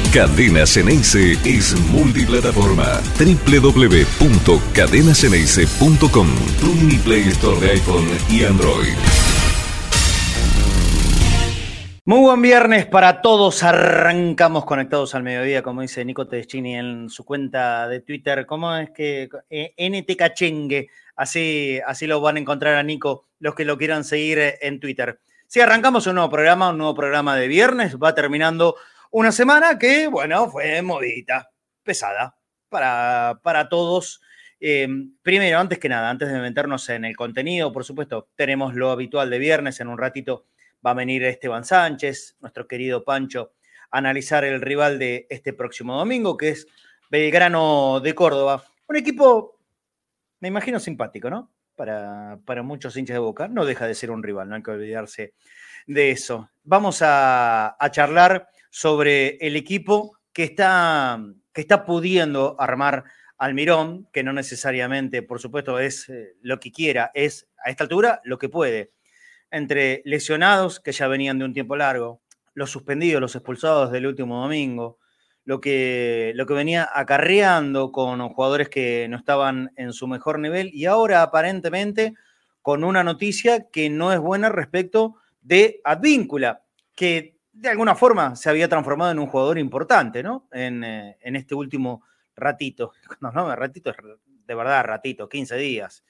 Cadena Ceneice es multiplataforma. www.cadenaceneice.com. Tu mini Play Store de iPhone y Android. Muy buen viernes para todos. Arrancamos conectados al mediodía, como dice Nico Tedeschini en su cuenta de Twitter. ¿Cómo es que NT Cachengue? Así lo van a encontrar a Nico los que lo quieran seguir en Twitter. Sí, arrancamos un nuevo programa de viernes. Va terminando una semana que, bueno, fue movidita, pesada para todos. Primero, antes que nada, antes de meternos en el contenido, por supuesto, tenemos lo habitual de viernes. En un ratito va a venir Esteban Sánchez, nuestro querido Pancho, a analizar el rival de este próximo domingo, que es Belgrano de Córdoba. Un equipo, me imagino, simpático, ¿no? Para muchos hinchas de Boca. No deja de ser un rival, no hay que olvidarse de eso. Vamos a charlar sobre el equipo que está pudiendo armar Almirón, que no necesariamente, por supuesto, es lo que quiera, es a esta altura lo que puede. Entre lesionados que ya venían de un tiempo largo, los suspendidos, los expulsados del último domingo, lo que venía acarreando con jugadores que no estaban en su mejor nivel y ahora aparentemente con una noticia que no es buena respecto de Advíncula, que de alguna forma se había transformado en un jugador importante, ¿no? En este último ratito, no, ratito es de verdad ratito, 15 días,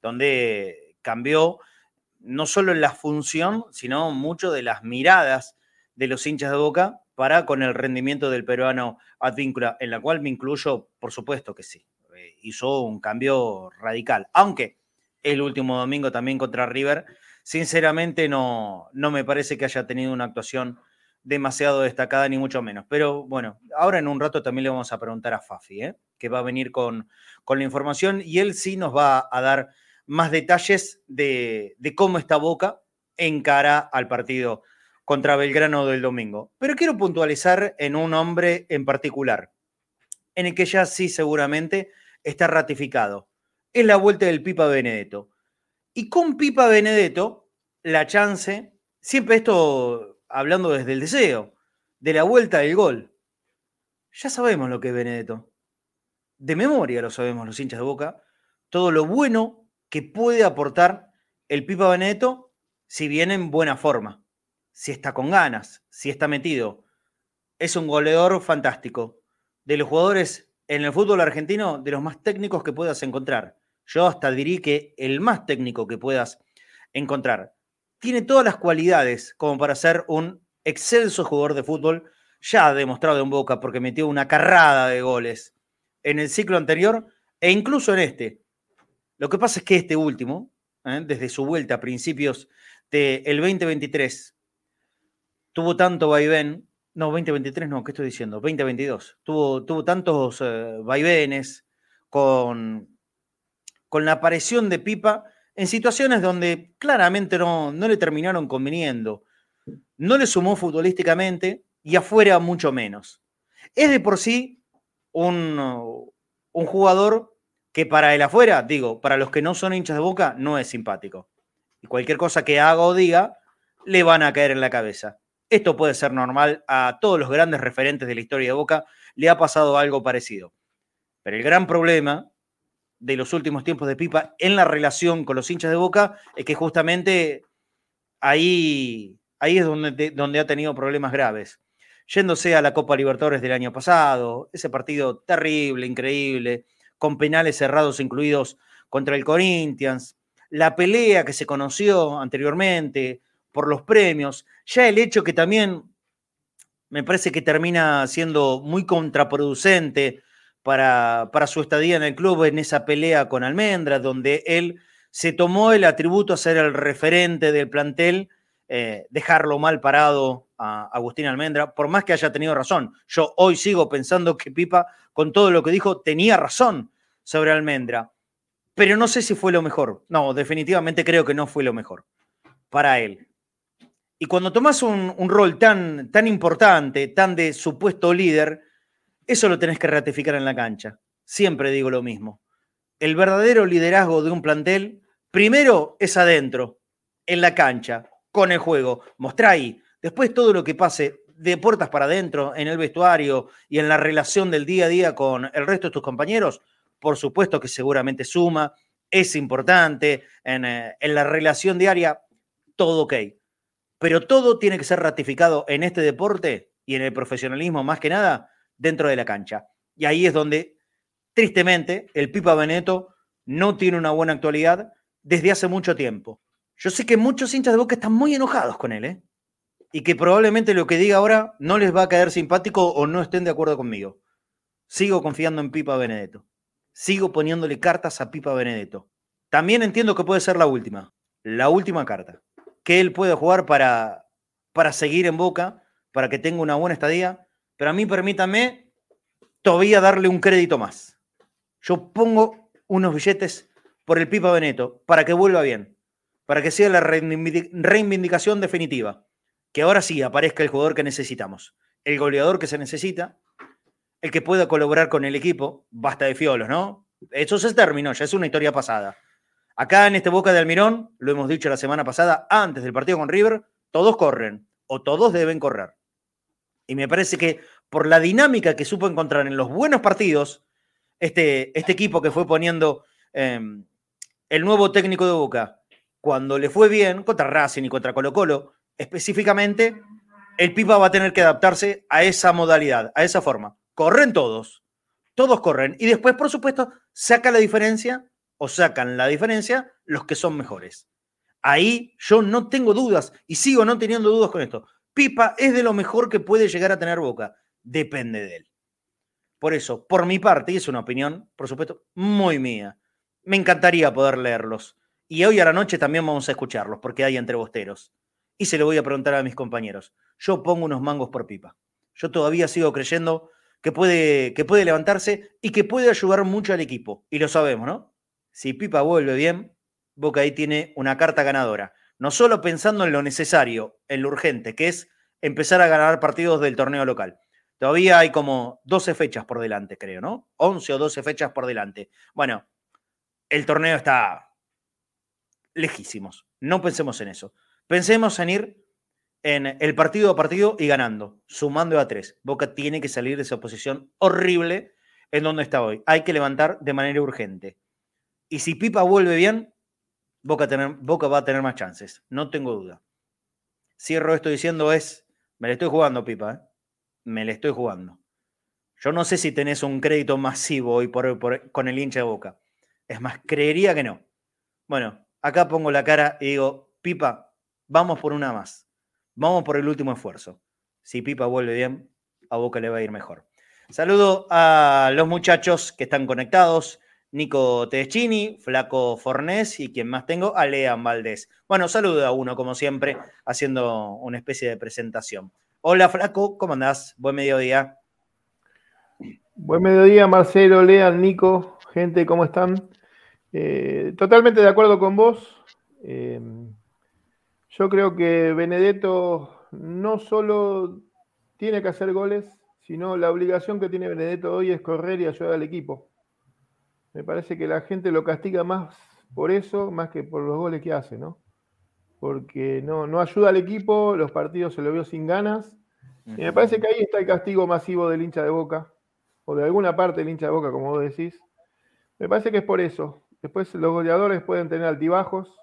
donde cambió no solo en la función, sino mucho de las miradas de los hinchas de Boca para con el rendimiento del peruano Advíncula, en la cual me incluyo, por supuesto que sí. Hizo un cambio radical, aunque el último domingo también contra River, sinceramente no me parece que haya tenido una actuación demasiado destacada, ni mucho menos. Pero bueno, ahora en un rato también le vamos a preguntar a Fafi, que va a venir con la información y él sí nos va a dar más detalles de cómo está Boca en cara al partido contra Belgrano del domingo. Pero quiero puntualizar en un hombre en particular, en el que ya sí seguramente está ratificado. Es la vuelta del Pipa Benedetto. Y con Pipa Benedetto, la chance, siempre esto hablando desde el deseo, de la vuelta del gol. Ya sabemos lo que es Benedetto. De memoria lo sabemos los hinchas de Boca. Todo lo bueno que puede aportar el Pipa Benedetto si viene en buena forma, si está con ganas, si está metido. Es un goleador fantástico. De los jugadores en el fútbol argentino, de los más técnicos que puedas encontrar. Yo hasta diría que el más técnico que puedas encontrar. Tiene todas las cualidades como para ser un excelso jugador de fútbol, ya demostrado en Boca porque metió una carrada de goles en el ciclo anterior e incluso en este. Lo que pasa es que este último, desde su vuelta a principios del 2023, tuvo tanto vaivén. No, 2023 no, ¿qué estoy diciendo? 2022. Tuvo tantos vaivenes con la aparición de Pipa en situaciones donde claramente no le terminaron conviniendo. No le sumó futbolísticamente y afuera mucho menos. Es de por sí un jugador que para el afuera, digo, para los que no son hinchas de Boca, no es simpático. Y cualquier cosa que haga o diga, le van a caer en la cabeza. Esto puede ser normal, a todos los grandes referentes de la historia de Boca le ha pasado algo parecido. Pero el gran problema de los últimos tiempos de Pipa en la relación con los hinchas de Boca es que justamente ahí es donde ha tenido problemas graves. Yéndose a la Copa Libertadores del año pasado, ese partido terrible, increíble, con penales cerrados incluidos contra el Corinthians, la pelea que se conoció anteriormente por los premios, ya el hecho que también me parece que termina siendo muy contraproducente para su estadía en el club en esa pelea con Almendra, donde él se tomó el atributo a ser el referente del plantel, dejarlo mal parado a Agustín Almendra, por más que haya tenido razón. Yo hoy sigo pensando que Pipa, con todo lo que dijo, tenía razón sobre Almendra, pero no sé si fue lo mejor. No, definitivamente creo que no fue lo mejor para él. Y cuando tomás un rol tan importante, tan de supuesto líder, eso lo tenés que ratificar en la cancha. Siempre digo lo mismo. El verdadero liderazgo de un plantel, primero es adentro, en la cancha, con el juego. Mostrá ahí. Después todo lo que pase de puertas para adentro, en el vestuario y en la relación del día a día con el resto de tus compañeros, por supuesto que seguramente suma, es importante, en la relación diaria, todo ok. Pero todo tiene que ser ratificado en este deporte y en el profesionalismo más que nada dentro de la cancha. Y ahí es donde, tristemente, el Pipa Benedetto no tiene una buena actualidad desde hace mucho tiempo. Yo sé que muchos hinchas de Boca están muy enojados con él, ¿eh? Y que probablemente lo que diga ahora no les va a caer simpático o no estén de acuerdo conmigo. Sigo confiando en Pipa Benedetto. Sigo poniéndole cartas a Pipa Benedetto. También entiendo que puede ser la última carta, que él puede jugar para seguir en Boca, para que tenga una buena estadía, pero a mí permítanme todavía darle un crédito más. Yo pongo unos billetes por el Pipa Benedetto para que vuelva bien, para que sea la reivindicación definitiva, que ahora sí aparezca el jugador que necesitamos, el goleador que se necesita, el que pueda colaborar con el equipo. Basta de fiolos, ¿no? Eso se terminó, ya es una historia pasada. Acá en este Boca de Almirón, lo hemos dicho la semana pasada, antes del partido con River, todos corren, o todos deben correr. Y me parece que por la dinámica que supo encontrar en los buenos partidos, este equipo que fue poniendo el nuevo técnico de Boca, cuando le fue bien, contra Racing y contra Colo-Colo, específicamente, el Pipa va a tener que adaptarse a esa modalidad, a esa forma. Corren todos corren. Y después, por supuesto, sacan la diferencia los que son mejores. Ahí yo no tengo dudas y sigo no teniendo dudas con esto. Pipa es de lo mejor que puede llegar a tener Boca. Depende de él. Por eso, por mi parte, y es una opinión, por supuesto, muy mía, me encantaría poder leerlos. Y hoy a la noche también vamos a escucharlos, porque hay entrebosteros. Y se lo voy a preguntar a mis compañeros. Yo pongo unos mangos por Pipa. Yo todavía sigo creyendo que puede levantarse y que puede ayudar mucho al equipo. Y lo sabemos, ¿no? Si Pipa vuelve bien, Boca ahí tiene una carta ganadora. No solo pensando en lo necesario, en lo urgente, que es empezar a ganar partidos del torneo local. Todavía hay como 12 fechas por delante, creo, ¿no? 11 o 12 fechas por delante. Bueno, el torneo está lejísimos. No pensemos en eso. Pensemos en ir en el partido a partido y ganando, sumando a 3. Boca tiene que salir de esa posición horrible en donde está hoy. Hay que levantar de manera urgente. Y si Pipa vuelve bien, Boca va a tener más chances. No tengo duda. Cierro esto diciendo me le estoy jugando, Pipa. Me le estoy jugando. Yo no sé si tenés un crédito masivo hoy con el hincha de Boca. Es más, creería que no. Bueno, acá pongo la cara y digo, Pipa, vamos por una más. Vamos por el último esfuerzo. Si Pipa vuelve bien, a Boca le va a ir mejor. Saludo a los muchachos que están conectados. Nico Tedeschini, Flaco Fornés y quien más tengo, a Lean Valdés. Bueno, saludo a uno, como siempre, haciendo una especie de presentación. Hola, Flaco, ¿cómo andás? Buen mediodía. Buen mediodía, Marcelo, Lean, Nico, gente, ¿cómo están? Totalmente de acuerdo con vos. Yo creo que Benedetto no solo tiene que hacer goles, sino la obligación que tiene Benedetto hoy es correr y ayudar al equipo. Me parece que la gente lo castiga más por eso, más que por los goles que hace, ¿no? Porque no ayuda al equipo, los partidos se lo vio sin ganas. Y me parece que ahí está el castigo masivo del hincha de Boca, o de alguna parte del hincha de Boca, como vos decís. Me parece que es por eso. Después los goleadores pueden tener altibajos,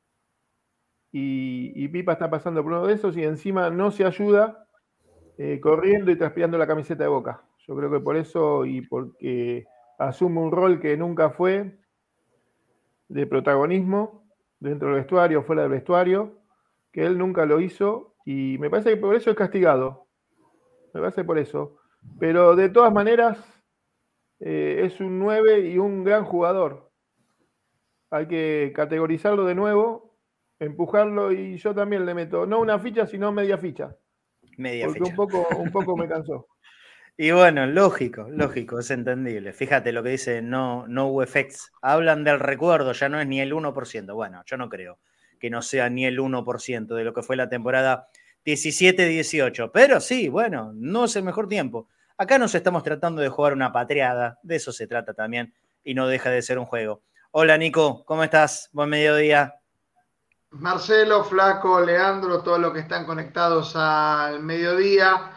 y Pipa está pasando por uno de esos, y encima no se ayuda corriendo y transpirando la camiseta de Boca. Yo creo que por eso, y porque asume un rol que nunca fue de protagonismo dentro del vestuario, fuera del vestuario, que él nunca lo hizo, y me parece que por eso es castigado. Me parece por eso. Pero de todas maneras, es un 9 y un gran jugador. Hay que categorizarlo de nuevo, empujarlo, y yo también le meto, no una ficha, sino media ficha. Porque un poco me cansó. Y bueno, lógico, es entendible. Fíjate lo que dice No effects. Hablan del recuerdo, ya no es ni el 1%. Bueno, yo no creo que no sea ni el 1% de lo que fue la temporada 17-18. Pero sí, bueno, no es el mejor tiempo. Acá nos estamos tratando de jugar una patriada, de eso se trata también, y no deja de ser un juego. Hola, Nico, ¿cómo estás? Buen mediodía. Marcelo, Flaco, Leandro, todos los que están conectados al mediodía.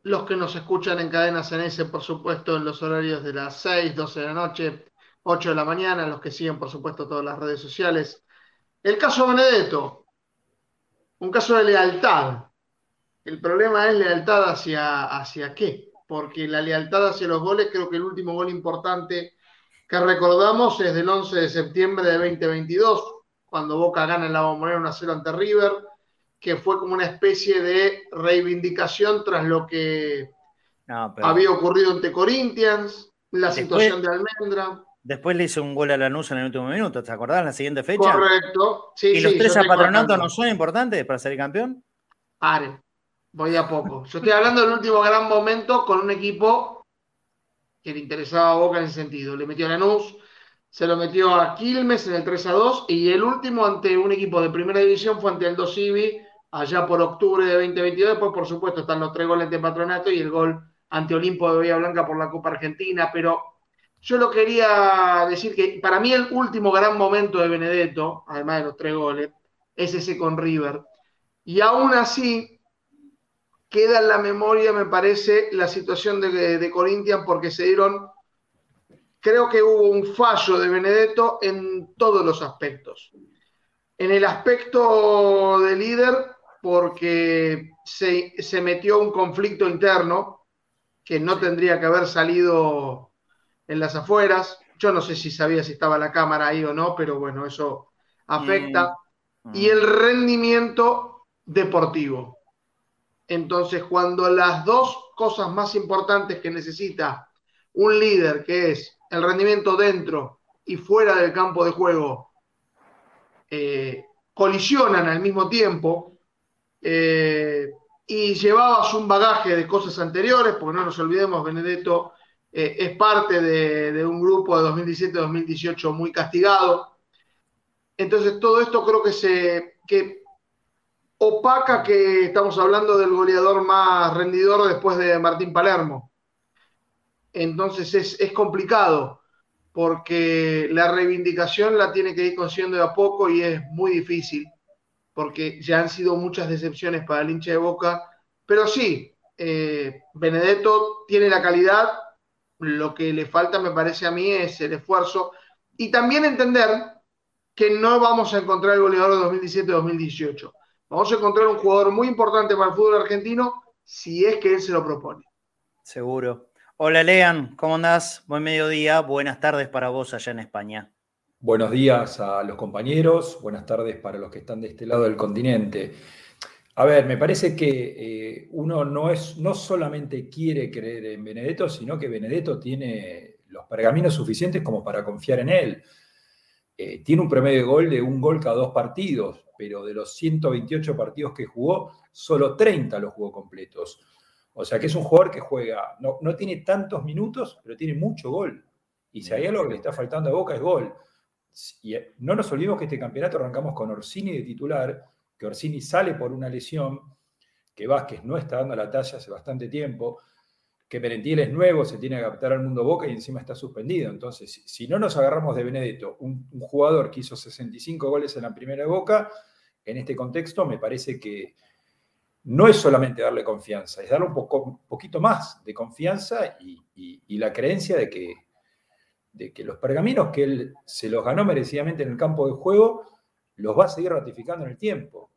los que nos escuchan en Cadena Ceneice, por supuesto, en los horarios de las 6, 12 de la noche, 8 de la mañana, los que siguen, por supuesto, todas las redes sociales. El caso Benedetto, un caso de lealtad. El problema es lealtad hacia qué, porque la lealtad hacia los goles, creo que el último gol importante que recordamos es del 11 de septiembre de 2022, cuando Boca gana en la Bombonera 1-0 ante River, que fue como una especie de reivindicación tras lo que había ocurrido ante Corinthians, la situación de Almendra. Después le hizo un gol a Lanús en el último minuto, ¿te acordás? En la siguiente fecha. Correcto. Sí, ¿Y los 3 a Patronato no son importantes para ser campeón? Pare, voy a poco. Yo estoy hablando del último gran momento con un equipo que le interesaba a Boca en ese sentido. Le metió a Lanús, se lo metió a Quilmes en el 3-2, y el último ante un equipo de primera división fue ante Aldo Civi, allá por octubre de 2022. Después, por supuesto, están los 3 goles de Patronato y el gol ante Olimpo de Bahía Blanca por la Copa Argentina. Pero yo lo quería decir que para mí el último gran momento de Benedetto, además de los 3 goles, es ese con River. Y aún así, queda en la memoria, me parece, la situación de Corinthians, porque creo que hubo un fallo de Benedetto en todos los aspectos. En el aspecto de líder, porque se metió un conflicto interno que no tendría que haber salido en las afueras. Yo no sé si sabía si estaba la cámara ahí o no, pero bueno, eso afecta. Y el rendimiento deportivo. Entonces, cuando las dos cosas más importantes que necesita un líder, que es el rendimiento dentro y fuera del campo de juego, colisionan al mismo tiempo, y llevabas un bagaje de cosas anteriores, porque no nos olvidemos, Benedetto es parte de un grupo de 2017-2018 muy castigado. Entonces, todo esto creo que opaca que estamos hablando del goleador más rendidor después de Martín Palermo. Entonces es complicado, porque la reivindicación la tiene que ir consiguiendo de a poco y es muy difícil, porque ya han sido muchas decepciones para el hincha de Boca. Pero sí, Benedetto tiene la calidad, lo que le falta, me parece a mí, es el esfuerzo y también entender que no vamos a encontrar el goleador de 2017-2018. Vamos a encontrar un jugador muy importante para el fútbol argentino si es que él se lo propone. Seguro. Hola, Lean, ¿cómo andás? Buen mediodía, buenas tardes para vos allá en España. Buenos días a los compañeros, buenas tardes para los que están de este lado del continente. A ver, me parece que uno no solamente quiere creer en Benedetto, sino que Benedetto tiene los pergaminos suficientes como para confiar en él. Tiene un promedio de gol de 1 gol cada 2 partidos, pero de los 128 partidos que jugó, solo 30 los jugó completos. O sea que es un jugador que juega, no tiene tantos minutos, pero tiene mucho gol. Y si hay algo que le está faltando a Boca es gol. Y no nos olvidemos que este campeonato arrancamos con Orsini de titular, que Orsini sale por una lesión, que Vázquez no está dando la talla hace bastante tiempo, que Merentiel es nuevo, se tiene que adaptar al mundo Boca y encima está suspendido. Entonces, si no nos agarramos de Benedetto, un jugador que hizo 65 goles en la primera de Boca, en este contexto me parece que no es solamente darle confianza, es darle un poquito más de confianza y la creencia de que los pergaminos que él se los ganó merecidamente en el campo de juego, los va a seguir ratificando en el tiempo.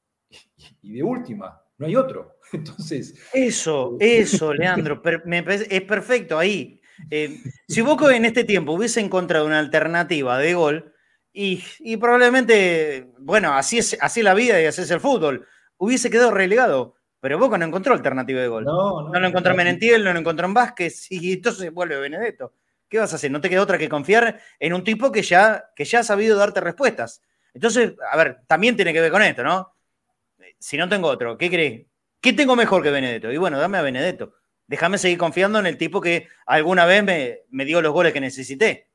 Y de última, no hay otro. Entonces. Eso, Leandro, es perfecto ahí. Si Boca en este tiempo hubiese encontrado una alternativa de gol, y probablemente, bueno, así es la vida y así es el fútbol, hubiese quedado relegado. Pero Boca no encontró alternativa de gol. No lo encontró en Merentiel, no lo encontró en Vázquez, y entonces vuelve Benedetto. ¿Qué vas a hacer? No te queda otra que confiar en un tipo que ya ha sabido darte respuestas. Entonces, a ver, también tiene que ver con esto, ¿no? Si no tengo otro, ¿qué crees? ¿Qué tengo mejor que Benedetto? Y bueno, dame a Benedetto. Déjame seguir confiando en el tipo que alguna vez me dio los goles que necesité.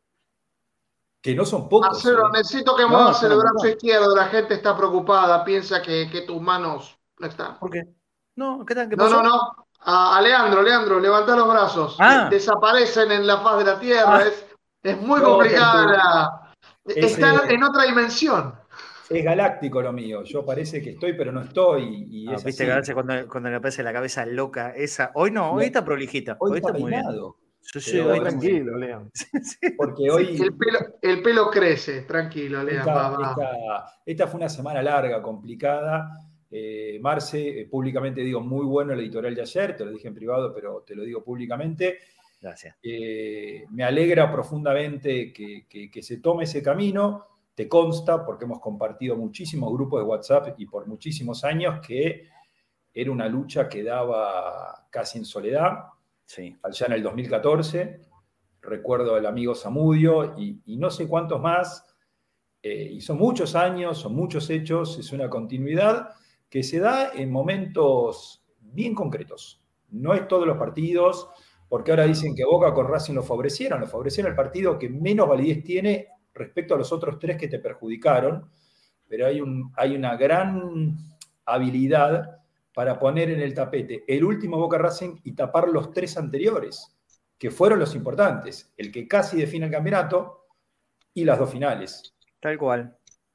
Que no son pocos. Marcelo, necesito que muevas el brazo izquierdo. La gente está preocupada, piensa que tus manos no están. ¿Por qué? No, ¿qué tal? ¿Qué pasó? No. A Leandro, levanta los brazos. Desaparecen en la faz de la tierra. Es muy complicada. Está en otra dimensión. Es galáctico lo mío. Yo parece que estoy, pero no estoy. Y es viste así. que a veces cuando le aparece la cabeza loca esa. Hoy no, hoy está prolijita. Hoy Hoy está está muy bien. peinado. Sí, Pero hoy está muy bien. Tranquilo, Lean. Porque hoy El pelo crece, tranquilo, Lean, va. esta fue una semana larga, complicada. Marce, públicamente digo, muy bueno el editorial de ayer, te lo dije en privado, pero te lo digo públicamente. Gracias. Me alegra profundamente que se tome ese camino. Te consta, porque hemos compartido muchísimos grupos de WhatsApp y por muchísimos años, que era una lucha que daba casi en soledad. Sí. Allá en el 2014, recuerdo al amigo Zamudio y no sé cuántos más, y son muchos años, son muchos hechos, es una continuidad que se da en momentos bien concretos. No es todos los partidos, porque ahora dicen que Boca con Racing lo favorecieron el partido que menos validez tiene respecto a los otros 3 que te perjudicaron, pero hay una gran habilidad para poner en el tapete el último Boca Racing y tapar los 3 anteriores, que fueron los importantes, el que casi define el campeonato y las 2 finales. Tal cual.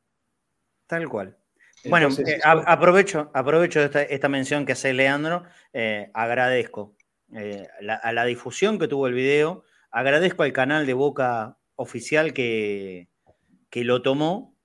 Entonces, bueno, aprovecho esta mención que hace Leandro, agradezco a la difusión que tuvo el video, agradezco al canal de Boca oficial que lo tomó,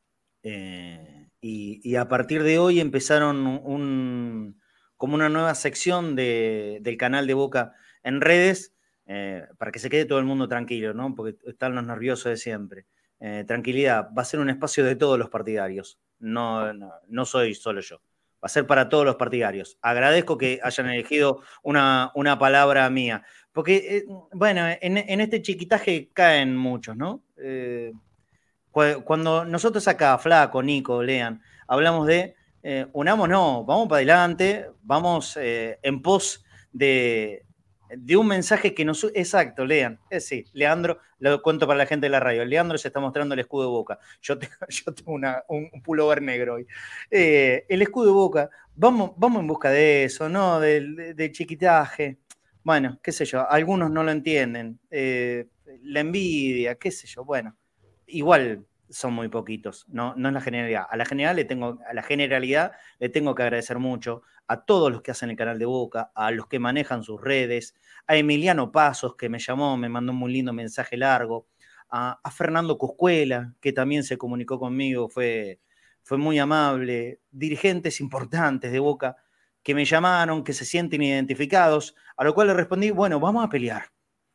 y a partir de hoy empezaron como una nueva sección del canal de Boca en redes, para que se quede todo el mundo tranquilo, ¿no? Porque están los nerviosos de siempre. Tranquilidad, va a ser un espacio de todos los partidarios, no soy solo yo, va a ser para todos los partidarios. Agradezco que hayan elegido una palabra mía, porque, bueno, en este chiquitaje caen muchos, ¿no? Cuando nosotros acá, Flaco, Nico, Lean, hablamos de unámonos, vamos para adelante, vamos en pos de un mensaje que nos... Exacto, Lean. Sí, Leandro, lo cuento para la gente de la radio. Leandro se está mostrando el escudo de Boca. Yo tengo un pullover negro hoy. El escudo de Boca, vamos en busca de eso, ¿no? Del chiquitaje. Bueno, qué sé yo, algunos no lo entienden. La envidia, qué sé yo, bueno. Igual son muy poquitos, no es la generalidad. A la generalidad le tengo que agradecer mucho a todos los que hacen el canal de Boca, a los que manejan sus redes, a Emiliano Pasos, que me llamó, me mandó un muy lindo mensaje largo, a Fernando Cuscuela, que también se comunicó conmigo, fue muy amable, dirigentes importantes de Boca que me llamaron, que se sienten identificados, a lo cual le respondí, bueno, vamos a pelear.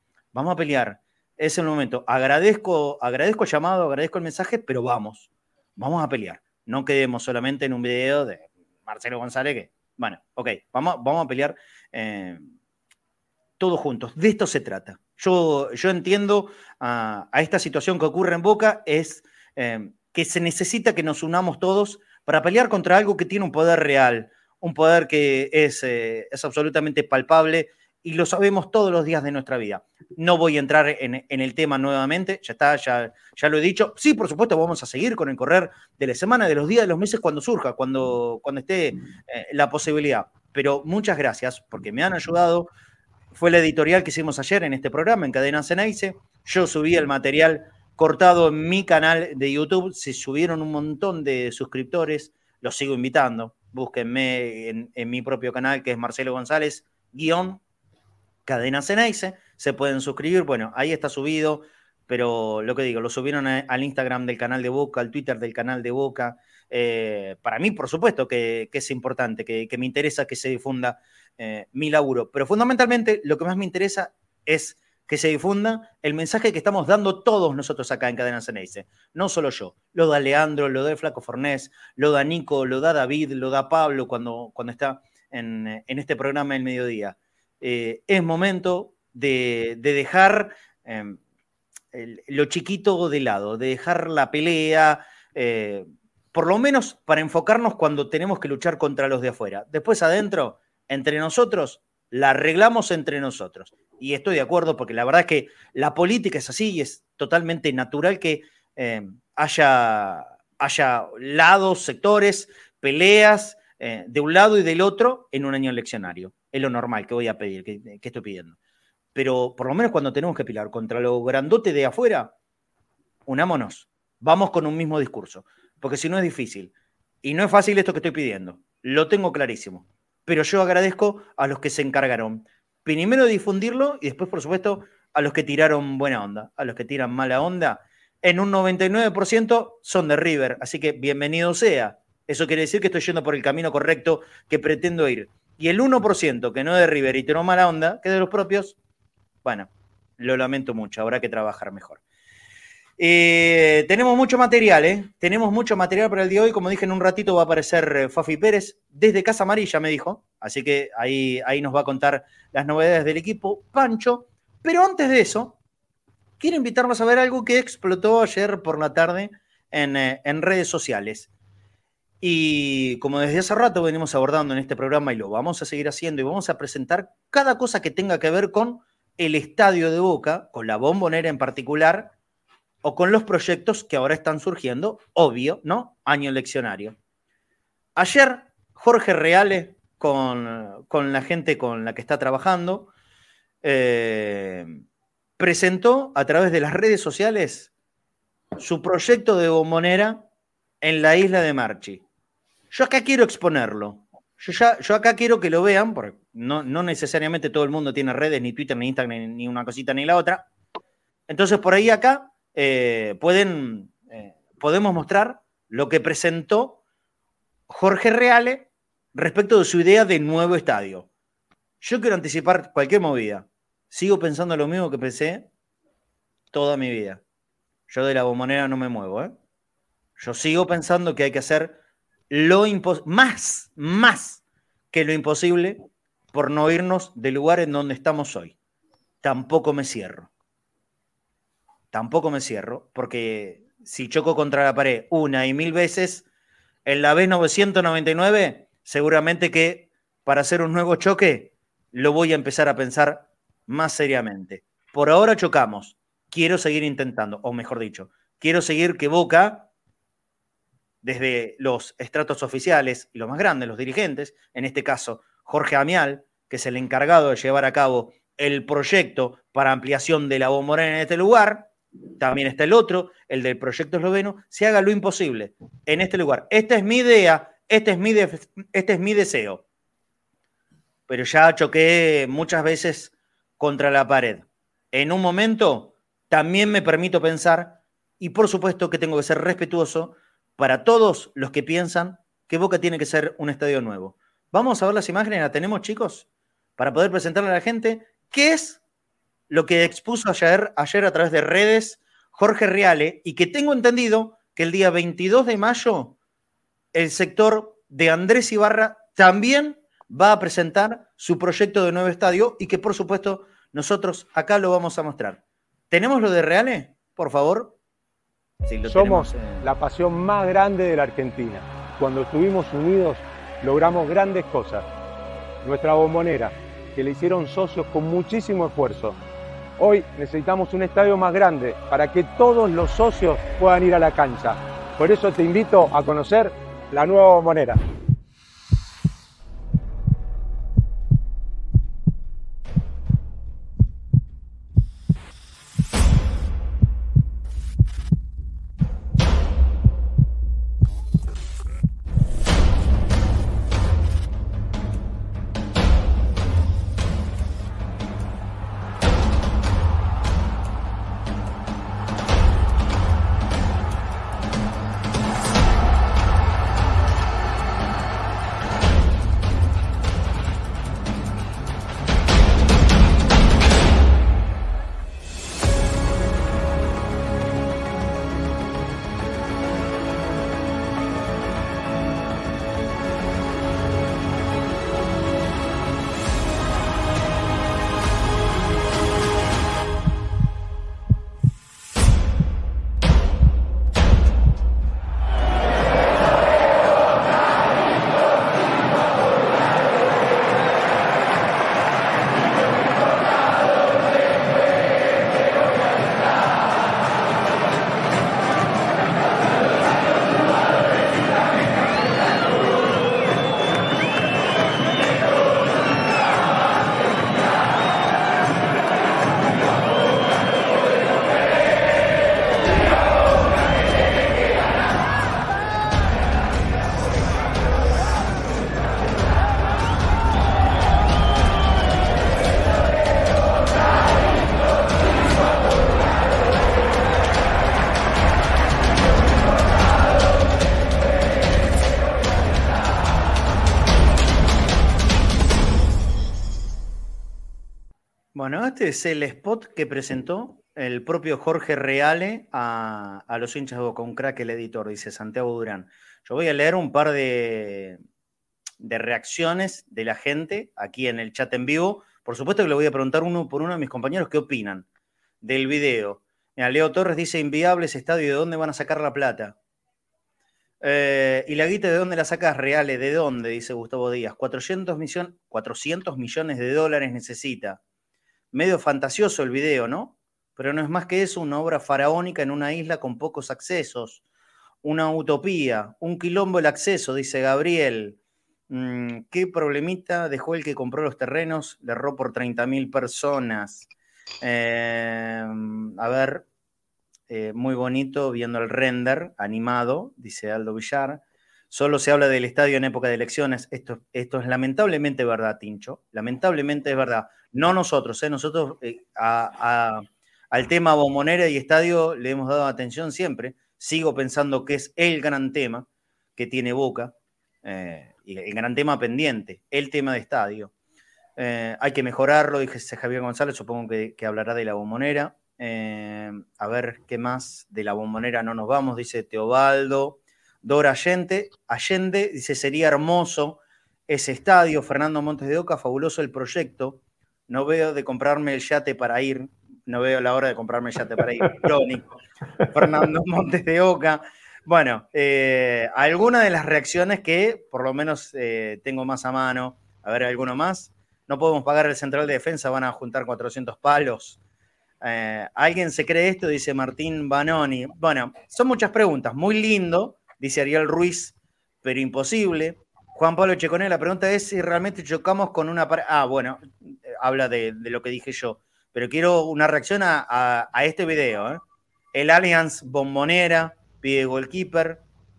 Es el momento. Agradezco el llamado, agradezco el mensaje, pero vamos a pelear. No quedemos solamente en un video de Marcelo González que, bueno, ok, vamos a pelear todos juntos. De esto se trata. Yo entiendo a esta situación que ocurre en Boca, es que se necesita que nos unamos todos para pelear contra algo que tiene un poder real, un poder que es absolutamente palpable, y lo sabemos todos los días de nuestra vida. No voy a entrar en el tema nuevamente, ya está, ya lo he dicho. Sí, por supuesto, vamos a seguir con el correr de la semana, de los días, de los meses, cuando surja, cuando esté la posibilidad. Pero muchas gracias, porque me han ayudado. Fue la editorial que hicimos ayer en este programa, en Cadena Ceneice. Yo subí el material cortado en mi canal de YouTube. Se subieron un montón de suscriptores. Los sigo invitando. Búsquenme en mi propio canal, que es Marcelo González, Cadena Ceneice, se pueden suscribir, bueno, ahí está subido, pero lo que digo, lo subieron al Instagram del canal de Boca, al Twitter del canal de Boca. Para mí, por supuesto, que es importante, que me interesa que se difunda mi laburo, pero fundamentalmente lo que más me interesa es que se difunda el mensaje que estamos dando todos nosotros acá en Cadena Ceneice, no solo yo, lo da Leandro, lo da Flaco Fornés, lo da Nico, lo da David, lo da Pablo cuando está en este programa del mediodía. Es momento de dejar lo chiquito de lado, de dejar la pelea, por lo menos para enfocarnos cuando tenemos que luchar contra los de afuera. Después adentro, entre nosotros, la arreglamos entre nosotros. Y estoy de acuerdo porque la verdad es que la política es así y es totalmente natural que haya lados, sectores, peleas de un lado y del otro en un año eleccionario. Es lo normal que voy a pedir, que estoy pidiendo. Pero por lo menos cuando tenemos que pelear contra lo grandote de afuera, unámonos. Vamos con un mismo discurso. porque si no es difícil. Y no es fácil esto que estoy pidiendo, lo tengo clarísimo. Pero yo agradezco a los que se encargaron, primero de difundirlo y después, por supuesto, a los que tiraron buena onda, a los que tiran mala onda. En un 99% son de River, así que bienvenido sea. Eso quiere decir que estoy yendo por el camino correcto que pretendo ir. Y el 1% que no es de River y tiró mala onda, que es de los propios, bueno, lo lamento mucho, habrá que trabajar mejor. Tenemos mucho material, Tenemos mucho material para el día de hoy. Como dije, en un ratito va a aparecer Fafi Pérez desde Casa Amarilla, me dijo. Así que ahí nos va a contar las novedades del equipo Pancho. Pero antes de eso, quiero invitarlos a ver algo que explotó ayer por la tarde en redes sociales. Y como desde hace rato venimos abordando en este programa y lo vamos a seguir haciendo y vamos a presentar cada cosa que tenga que ver con el estadio de Boca, con la Bombonera en particular, o con los proyectos que ahora están surgiendo, obvio, ¿no? Año eleccionario. Ayer, Jorge Reale, con la gente con la que está trabajando, presentó a través de las redes sociales su proyecto de Bombonera en la isla de Marchi. Yo acá quiero exponerlo. Yo acá quiero que lo vean, porque no necesariamente todo el mundo tiene redes, ni Twitter, ni Instagram, ni una cosita ni la otra. Entonces, por ahí acá podemos mostrar lo que presentó Jorge Reale respecto de su idea de nuevo estadio. Yo quiero anticipar cualquier movida. Sigo pensando lo mismo que pensé toda mi vida. Yo de la Bombonera no me muevo, ¿eh? Yo sigo pensando que hay que hacer más que lo imposible por no irnos del lugar en donde estamos hoy. Tampoco me cierro, porque si choco contra la pared una y mil veces, en la vez 999, seguramente que para hacer un nuevo choque, lo voy a empezar a pensar más seriamente. Por ahora chocamos. Quiero seguir intentando, o mejor dicho, quiero seguir que Boca, desde los estratos oficiales y los más grandes, los dirigentes, en este caso Jorge Amial, que es el encargado de llevar a cabo el proyecto para ampliación de la Bombonera en este lugar, también está el otro, el del proyecto esloveno, se haga lo imposible en este lugar. Esta es mi idea, este es mi deseo. Pero ya choqué muchas veces contra la pared. En un momento también me permito pensar, y por supuesto que tengo que ser respetuoso para todos los que piensan que Boca tiene que ser un estadio nuevo. Vamos a ver las imágenes, ¿la tenemos, chicos? Para poder presentarle a la gente qué es lo que expuso ayer a través de redes Jorge Reale, y que tengo entendido que el día 22 de mayo el sector de Andrés Ibarra también va a presentar su proyecto de nuevo estadio y que, por supuesto, nosotros acá lo vamos a mostrar. ¿Tenemos lo de Reale, por favor? Sí, lo Somos tenemos, la pasión más grande de la Argentina. Cuando estuvimos unidos, logramos grandes cosas. Nuestra Bombonera, que le hicieron socios con muchísimo esfuerzo. Hoy necesitamos un estadio más grande para que todos los socios puedan ir a la cancha. Por eso te invito a conocer la nueva Bombonera. Bueno, este es el spot que presentó el propio Jorge Reale a los hinchas de Boca, un crack el editor, dice Santiago Durán. Yo voy a leer un par de reacciones de la gente aquí en el chat en vivo. Por supuesto que le voy a preguntar uno por uno a mis compañeros qué opinan del video. Mira, Leo Torres dice, inviable ese estadio, ¿de dónde van a sacar la plata? ¿Y la guita de dónde la sacas, Reale? ¿De dónde? Dice Gustavo Díaz. 400 millones de dólares necesita. Medio fantasioso el video, ¿no? Pero no es más que eso, una obra faraónica en una isla con pocos accesos. Una utopía, un quilombo el acceso, dice Gabriel. ¿Qué problemita dejó el que compró los terrenos? Le erró por 30.000 personas. A ver, muy bonito, viendo el render animado, dice Aldo Villar. Solo se habla del estadio en época de elecciones. Esto es lamentablemente verdad, Tincho. Lamentablemente es verdad. No nosotros, nosotros al tema Bombonera y estadio le hemos dado atención siempre. Sigo pensando que es el gran tema que tiene Boca, y el gran tema pendiente, el tema de estadio. Hay que mejorarlo, dice Javier González, supongo que hablará de la Bombonera. A ver qué más de la Bombonera no nos vamos, dice Teobaldo. Dora Allende dice, sería hermoso ese estadio. Fernando Montes de Oca, fabuloso el proyecto. No veo de comprarme el yate para ir. No veo la hora de comprarme el yate para ir. Crónico. Fernando Montes de Oca. Bueno, algunas de las reacciones que por lo menos tengo más a mano. A ver, ¿alguno más? No podemos pagar el central de defensa, van a juntar 400 palos. ¿Alguien se cree esto? Dice Martín Banoni. Bueno, son muchas preguntas. Muy lindo, dice Ariel Ruiz, pero imposible. Juan Pablo Checoné, la pregunta es si realmente chocamos con una pared. Bueno, habla de lo que dije yo. Pero quiero una reacción a este video. El Allianz Bombonera, pide goalkeeper.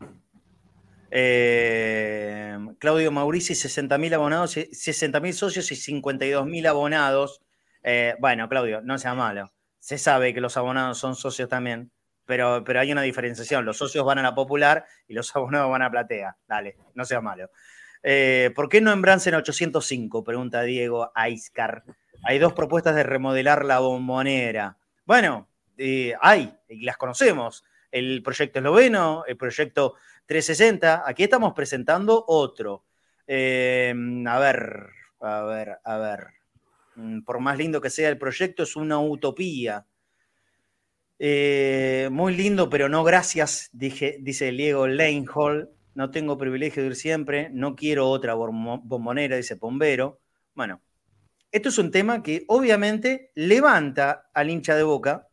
Claudio Maurici, 60.000 abonados, 60.000 socios y 52.000 abonados. Bueno, Claudio, no sea malo. Se sabe que los abonados son socios también, pero hay una diferenciación. Los socios van a la Popular y los abonados van a Platea. Dale, no sea malo. ¿Por qué no embrancen 805? Pregunta Diego Aiscar. Hay 2 propuestas de remodelar la Bombonera. Bueno, hay, y las conocemos. El proyecto esloveno, el proyecto 360. Aquí estamos presentando otro. A ver. Por más lindo que sea el proyecto, es una utopía. Muy lindo, pero no gracias, dice Diego Leinhol. No tengo privilegio de ir siempre. No quiero otra bombonera, dice Pombero. Bueno, esto es un tema que obviamente levanta al hincha de Boca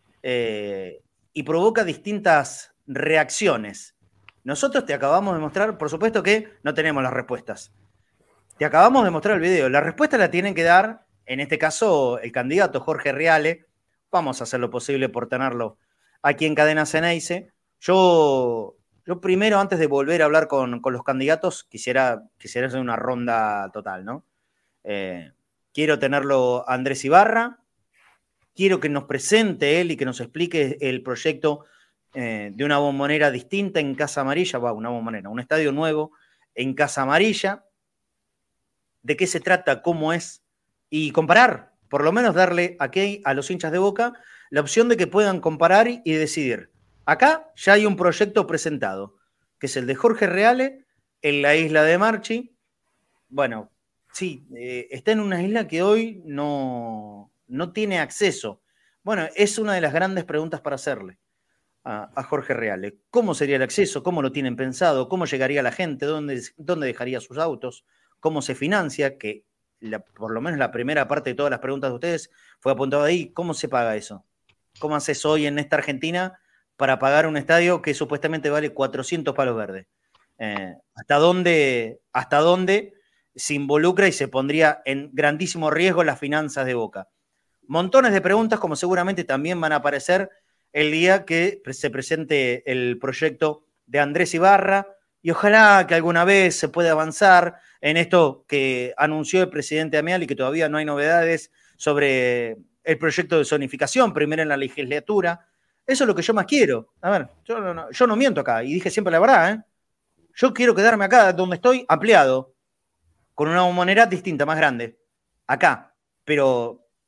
y provoca distintas reacciones. Nosotros te acabamos de mostrar, por supuesto que no tenemos las respuestas. Te acabamos de mostrar el video. La respuesta la tienen que dar, en este caso, el candidato Jorge Reale. Vamos a hacer lo posible por tenerlo aquí en Cadena Ceneice. Yo primero, antes de volver a hablar con los candidatos, quisiera hacer una ronda total, ¿no? Quiero tenerlo a Andrés Ibarra. Quiero que nos presente él y que nos explique el proyecto de una bombonera distinta en Casa Amarilla. Una bombonera, un estadio nuevo en Casa Amarilla. ¿De qué se trata? ¿Cómo es? Y comparar, por lo menos darle aquí a los hinchas de Boca la opción de que puedan comparar y decidir. Acá ya hay un proyecto presentado, que es el de Jorge Reale en la isla de Marchi. Bueno, sí, está en una isla que hoy no tiene acceso. Bueno, es una de las grandes preguntas para hacerle a Jorge Reale. ¿Cómo sería el acceso? ¿Cómo lo tienen pensado? ¿Cómo llegaría la gente? ¿Dónde dejaría sus autos? ¿Cómo se financia? Que por lo menos la primera parte de todas las preguntas de ustedes fue apuntado ahí. ¿Cómo se paga eso? ¿Cómo haces hoy en esta Argentina para pagar un estadio que supuestamente vale 400 palos verdes? ¿Hasta dónde se involucra y se pondría en grandísimo riesgo las finanzas de Boca? Montones de preguntas, como seguramente también van a aparecer el día que se presente el proyecto de Andrés Ibarra, y ojalá que alguna vez se pueda avanzar en esto que anunció el presidente Amial y que todavía no hay novedades sobre el proyecto de zonificación, primero en la legislatura. Eso es lo que yo más quiero. A ver, yo no miento acá, y dije siempre la verdad, Yo quiero quedarme acá donde estoy, ampliado, con una bombonera distinta, más grande, acá. Pero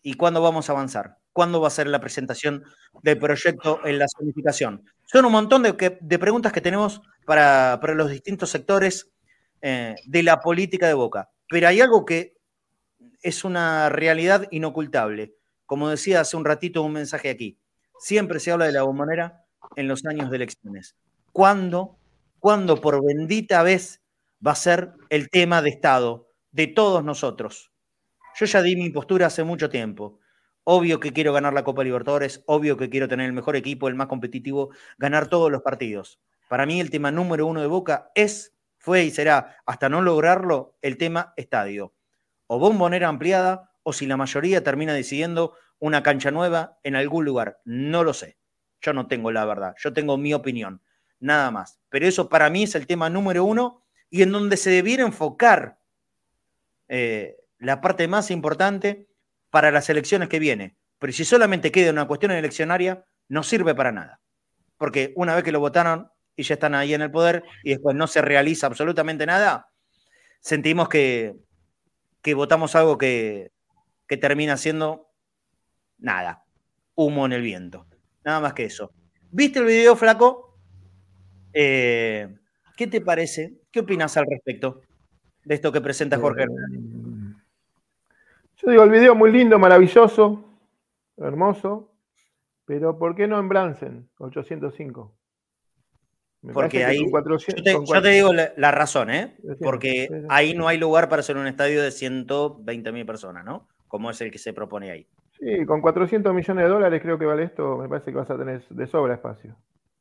¿Y cuándo vamos a avanzar? ¿Cuándo va a ser la presentación del proyecto en la zonificación? Son un montón de preguntas que tenemos para los distintos sectores de la política de Boca. Pero hay algo que es una realidad inocultable. Como decía hace un ratito un mensaje aquí, siempre se habla de la Bombonera en los años de elecciones. ¿Cuándo por bendita vez va a ser el tema de Estado de todos nosotros? Yo ya di mi postura hace mucho tiempo. Obvio que quiero ganar la Copa Libertadores, obvio que quiero tener el mejor equipo, el más competitivo, ganar todos los partidos. Para mí el tema número uno de Boca fue y será, hasta no lograrlo, el tema estadio. O Bombonera ampliada, o si la mayoría termina decidiendo una cancha nueva en algún lugar. No lo sé. Yo no tengo la verdad. Yo tengo mi opinión. Nada más. Pero eso para mí es el tema número uno y en donde se debiera enfocar la parte más importante para las elecciones que viene. Pero si solamente queda una cuestión eleccionaria, no sirve para nada. Porque una vez que lo votaron y ya están ahí en el poder y después no se realiza absolutamente nada, sentimos que votamos algo que termina siendo nada, humo en el viento. Nada más que eso. ¿Viste el video, Flaco? ¿Qué te parece? ¿Qué opinas al respecto de esto que presenta Jorge Hernández? Yo digo, el video muy lindo, maravilloso, hermoso, pero ¿por qué no en Bransen, 805? Porque ahí, yo te digo la razón, porque ahí no hay lugar para hacer un estadio de 120.000 personas, ¿no? Como es el que se propone ahí. Sí, con 400 millones de dólares creo que vale esto, me parece que vas a tener de sobra espacio.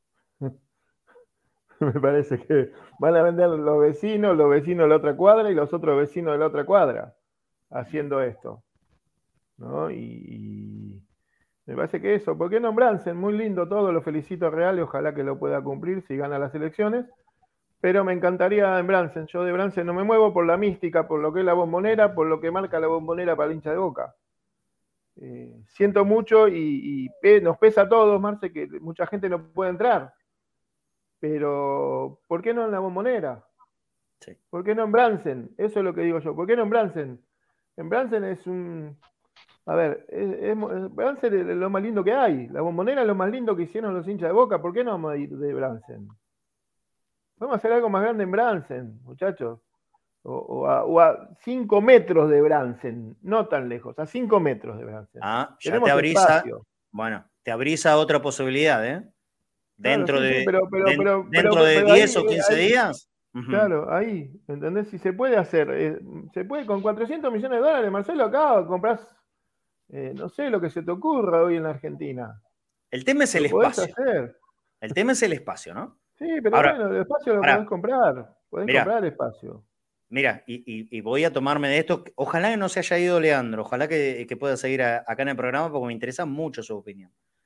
Me parece que van a vender los vecinos de la otra cuadra y los otros vecinos de la otra cuadra haciendo esto, ¿no? Y me parece que eso, ¿por qué no en Bransen? Muy lindo todo, lo felicito a Real y ojalá que lo pueda cumplir si gana las elecciones, pero me encantaría en Bransen. Yo de Bransen no me muevo por la mística, por lo que es la Bombonera, por lo que marca la Bombonera para el hincha de Boca. Siento mucho y nos pesa a todos, Marce, que mucha gente no puede entrar. Pero, ¿por qué no en la Bombonera? Sí. ¿Por qué no en Bransen? Eso es lo que digo yo. ¿Por qué no en Bransen? En Bransen es un... A ver, Bransen es lo más lindo que hay. La Bombonera es lo más lindo que hicieron los hinchas de Boca. ¿Por qué no vamos a ir de Bransen? Vamos a hacer algo más grande en Bransen, muchachos. O a 5 metros de Bransen. No tan lejos, a 5 metros de Bransen. Ah, ya te abrís bueno, te abrís a otra posibilidad, ¿eh? Dentro de 10 o 15 días. Claro, ahí, ¿entendés? Si se puede hacer, se puede con 400 millones de dólares, Marcelo, acá compras, no sé, lo que se te ocurra hoy en la Argentina. El tema es el espacio. El tema es el espacio, ¿no? Sí, pero ahora, bueno, el espacio lo podés comprar. Podés comprar espacio. Mira, y voy a tomarme de esto. Ojalá que no se haya ido Leandro, ojalá que pueda seguir acá en el programa porque me interesa mucho su opinión.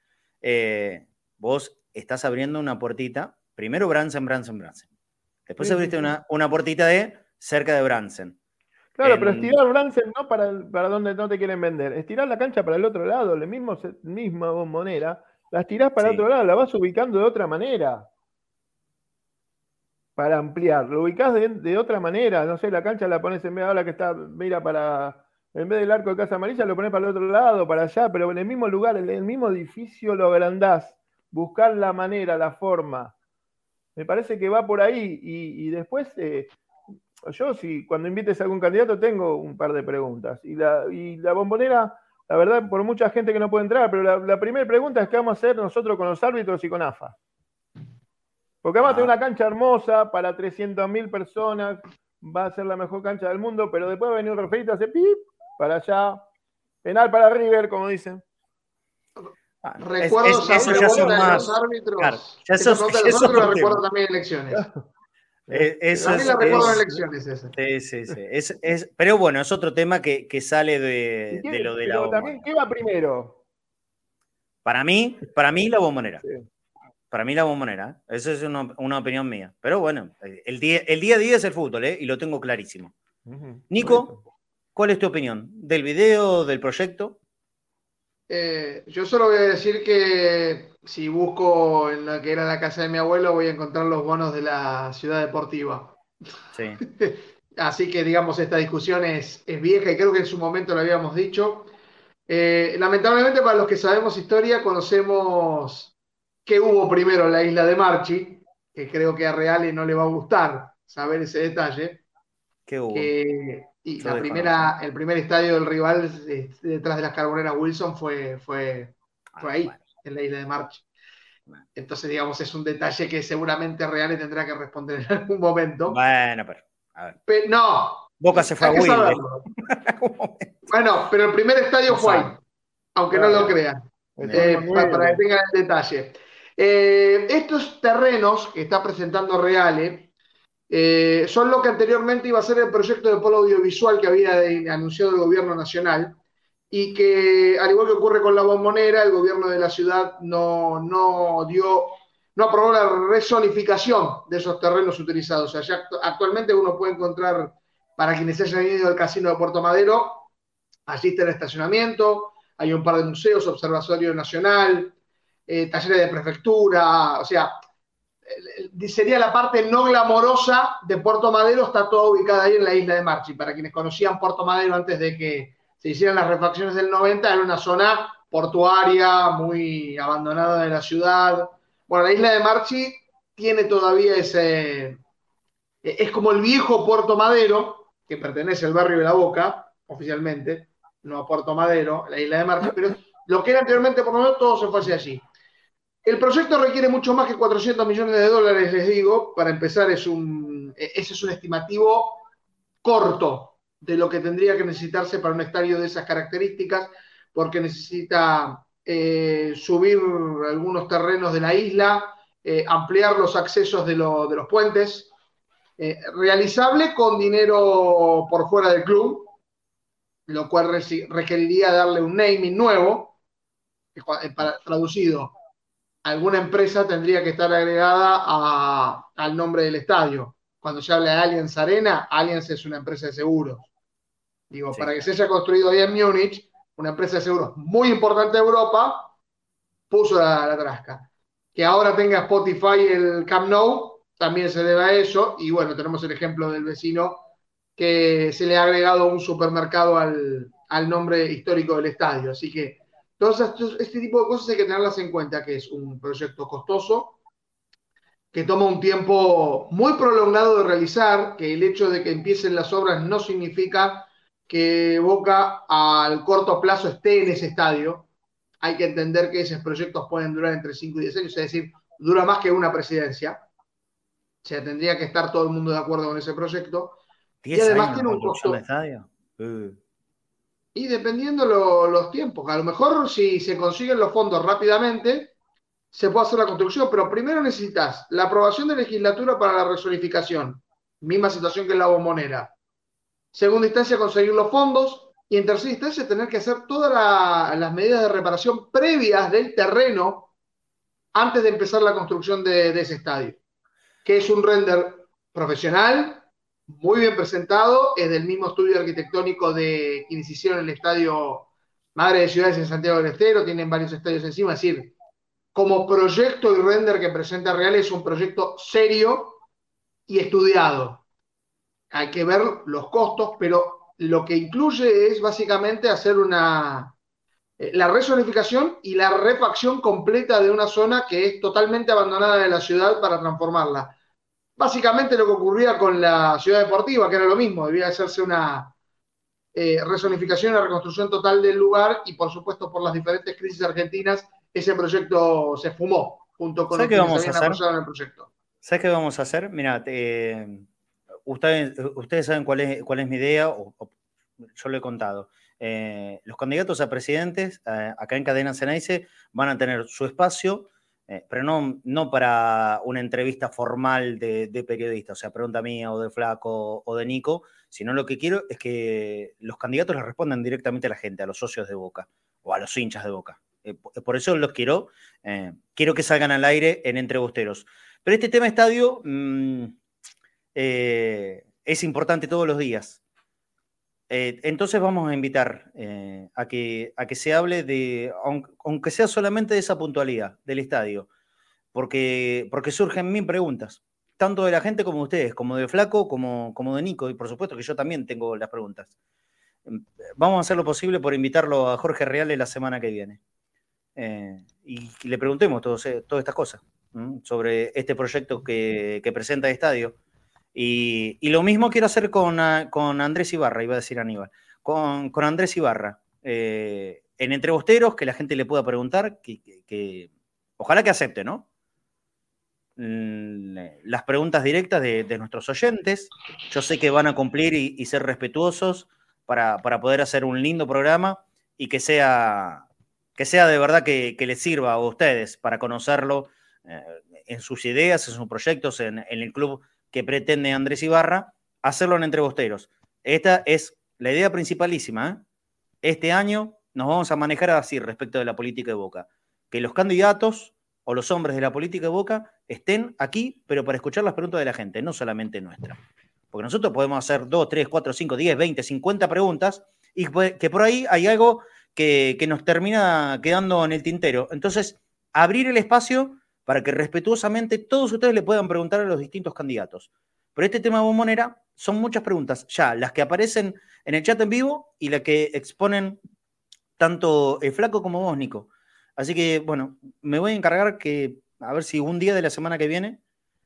Vos estás abriendo una puertita, primero Bransen. Después abriste una puertita de cerca de Bransen. Claro, pero estirar Bransen no para donde no te quieren vender. Estirar la cancha para el otro lado, la misma Bombonera, la estirás para el otro lado, la vas ubicando de otra manera. Para ampliar, lo ubicás de otra manera. No sé, la cancha la pones en vez de ahora que está, mira, en vez del arco de Casa Amarilla, lo pones para el otro lado, para allá, pero en el mismo lugar, en el mismo edificio lo agrandás. Buscar la manera, la forma. Me parece que va por ahí. Y después, yo cuando invites a algún candidato tengo un par de preguntas. Y la Bombonera, la verdad, por mucha gente que no puede entrar, pero la primera pregunta es qué vamos a hacer nosotros con los árbitros y con AFA. Porque vamos a tener una cancha hermosa para 300.000 personas, va a ser la mejor cancha del mundo, pero después va a venir un referito, hace pip, para allá, penal para River, como dicen. Recuerdo esa pregunta de los árbitros. Claro, esa pregunta de los árbitros la recuerdo también en elecciones. También la recuerdo en elecciones esa. Sí. Pero bueno, es otro tema que sale de lo de la Bombonera. ¿Qué va primero? Para mí la Bombonera. Sí. Para mí la Bombonera. Esa es una opinión mía. Pero bueno, el día a día es el fútbol, y lo tengo clarísimo. Nico, ¿cuál es tu opinión? ¿Del video, del proyecto? Yo solo voy a decir que si busco en la que era la casa de mi abuelo voy a encontrar los bonos de la ciudad deportiva. Sí. Así que digamos esta discusión es vieja y creo que en su momento lo habíamos dicho. Lamentablemente, para los que sabemos historia, conocemos qué hubo primero en la isla de Marchi, que creo que a Reale no le va a gustar saber ese detalle. ¿Qué hubo? Y Yo desconozco. el primer estadio del rival detrás de las Carboneras Wilson fue ahí, Bueno, en la isla de Marchi. bueno. Entonces, digamos, es un detalle que seguramente Reale tendrá que responder en algún momento. Bueno, pero, a ver. No, Boca se fue hay a que Wilde. saberlo. Bueno, pero el primer estadio No fue ahí, sabe. aunque no Claro. lo crean, Estamos en para que Wilde. tengan el detalle. Estos terrenos que está presentando Reale son lo que anteriormente iba a ser el proyecto de polo audiovisual que había anunciado el gobierno nacional y que, al igual que ocurre con la Bombonera, el gobierno de la ciudad no aprobó la rezonificación de esos terrenos utilizados. O sea, ya actualmente uno puede encontrar, para quienes hayan ido al casino de Puerto Madero, allí está el estacionamiento, hay un par de museos, Observatorio Nacional, talleres de prefectura, o sea, sería la parte no glamorosa de Puerto Madero, está toda ubicada ahí en la isla de Marchi. Para quienes conocían Puerto Madero antes de que se hicieran las refacciones del 90, era una zona portuaria, muy abandonada de la ciudad. Bueno, la isla de Marchi tiene todavía es como el viejo Puerto Madero, que pertenece al barrio de La Boca, oficialmente, no a Puerto Madero, la isla de Marchi, pero lo que era anteriormente por lo menos todo se fue hacia allí. El proyecto requiere mucho más que 400 millones de dólares, les digo. Para empezar, ese es un estimativo corto de lo que tendría que necesitarse para un estadio de esas características, porque necesita subir algunos terrenos de la isla, ampliar los accesos de los puentes, realizable con dinero por fuera del club, lo cual requeriría darle un naming nuevo, traducido, alguna empresa tendría que estar agregada al nombre del estadio. Cuando se habla de Allianz Arena, Allianz es una empresa de seguros. Digo, Sí, para que claro. se haya construido ahí en Múnich, una empresa de seguros muy importante de Europa, puso la trasca. Que ahora tenga Spotify el Camp Nou, también se debe a eso. Y bueno, tenemos el ejemplo del vecino que se le ha agregado un supermercado al nombre histórico del estadio. Así que entonces, este tipo de cosas hay que tenerlas en cuenta, que es un proyecto costoso, que toma un tiempo muy prolongado de realizar, que el hecho de que empiecen las obras no significa que Boca al corto plazo esté en ese estadio. Hay que entender que esos proyectos pueden durar entre 5 y 10 años, es decir, dura más que una presidencia. O sea, tendría que estar todo el mundo de acuerdo con ese proyecto. Y 10 además años tiene la un construcción de costo. estadio. Y dependiendo los tiempos, a lo mejor si se consiguen los fondos rápidamente, se puede hacer la construcción, pero primero necesitas la aprobación de legislatura para la rezonificación, misma situación que en la Bombonera. Segunda instancia, conseguir los fondos. Y en tercera instancia, tener que hacer todas las medidas de reparación previas del terreno antes de empezar la construcción de ese estadio, que es un render profesional, muy bien presentado, es del mismo estudio arquitectónico de quienes hicieron el estadio Madre de Ciudades en Santiago del Estero, tienen varios estadios encima, es decir, como proyecto y render que presenta Real es un proyecto serio y estudiado. Hay que ver los costos, pero lo que incluye es básicamente hacer la rezonificación y la refacción completa de una zona que es totalmente abandonada de la ciudad para transformarla. Básicamente lo que ocurría con la ciudad deportiva, que era lo mismo, debía hacerse una rezonificación y una reconstrucción total del lugar y por supuesto por las diferentes crisis argentinas ese proyecto se fumó junto con ¿Sabes los qué quienes vamos a habían hacer? apoyado en el proyecto. ¿Sabes qué vamos a hacer? Mira, ustedes saben cuál es mi idea, o yo lo he contado. Los candidatos a presidentes acá en Cadena Ceneice van a tener su espacio, pero no para una entrevista formal de periodista, o sea, pregunta mía o de Flaco o de Nico, sino lo que quiero es que los candidatos les respondan directamente a la gente, a los socios de Boca o a los hinchas de Boca. Por eso los quiero que salgan al aire en Entrebosteros. Pero este tema estadio es importante todos los días. Entonces vamos a invitar a que se hable de, aunque sea solamente de esa puntualidad del estadio, porque surgen mil preguntas, tanto de la gente como de ustedes, como de Flaco, como de Nico, y por supuesto que yo también tengo las preguntas. Vamos a hacer lo posible por invitarlo a Jorge Reale la semana que viene. Y le preguntemos todas estas cosas sobre este proyecto que presenta el estadio. Y lo mismo quiero hacer con Andrés Ibarra, iba a decir Aníbal, con Andrés Ibarra. En Entrebosteros, que la gente le pueda preguntar, que ojalá que acepte, ¿no? Las preguntas directas de nuestros oyentes. Yo sé que van a cumplir y ser respetuosos para poder hacer un lindo programa y que sea de verdad que les sirva a ustedes para conocerlo en sus ideas, en sus proyectos, en el club que pretende Andrés Ibarra, hacerlo en Entrebosteros. Esta es la idea principalísima, ¿eh? Este año nos vamos a manejar así respecto de la política de Boca. Que los candidatos o los hombres de la política de Boca estén aquí, pero para escuchar las preguntas de la gente, no solamente nuestras. Porque nosotros podemos hacer 2, 3, 4, 5, 10, 20, 50 preguntas y que por ahí hay algo que nos termina quedando en el tintero. Entonces, abrir el espacio para que respetuosamente todos ustedes le puedan preguntar a los distintos candidatos. Pero este tema de Bombonera son muchas preguntas, ya las que aparecen en el chat en vivo y las que exponen tanto el Flaco como vos, Nico. Así que, bueno, me voy a encargar que, a ver si un día de la semana que viene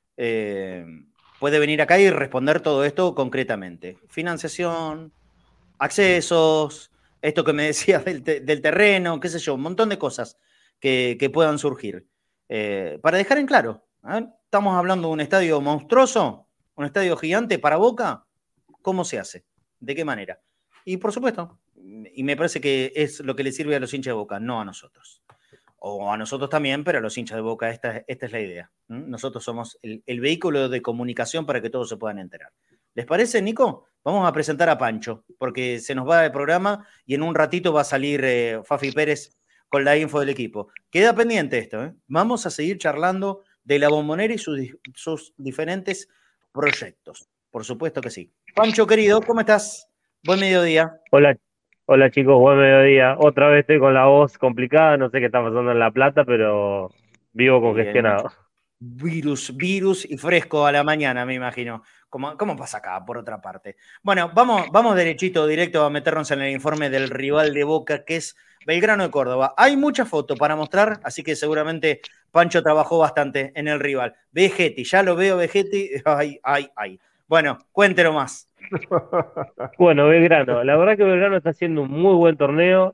puede venir acá y responder todo esto concretamente. Financiación, accesos, esto que me decías del terreno, qué sé yo, un montón de cosas que puedan surgir. Para dejar en claro, estamos hablando de un estadio monstruoso, un estadio gigante para Boca, ¿cómo se hace? ¿De qué manera? Y por supuesto, y me parece que es lo que le sirve a los hinchas de Boca, no a nosotros. O a nosotros también, pero a los hinchas de Boca esta es la idea. Nosotros somos el vehículo de comunicación para que todos se puedan enterar. ¿Les parece, Nico? Vamos a presentar a Pancho, porque se nos va el programa y en un ratito va a salir Fafi Pérez con la info del equipo. Queda pendiente esto, ¿eh? Vamos a seguir charlando de la Bombonera y sus diferentes proyectos. Por supuesto que sí. Pancho, querido, ¿cómo estás? Buen mediodía. Hola chicos, buen mediodía. Otra vez estoy con la voz complicada, no sé qué está pasando en La Plata, pero vivo congestionado. Virus y fresco a la mañana, me imagino. ¿Cómo pasa acá, por otra parte? Bueno, vamos derechito, directo a meternos en el informe del rival de Boca, que es Belgrano de Córdoba. Hay mucha foto para mostrar, así que seguramente Pancho trabajó bastante en el rival. Vegetti, ya lo veo, Vegetti. Ay. Bueno, cuéntelo más. Bueno, Belgrano, la verdad que Belgrano está haciendo un muy buen torneo,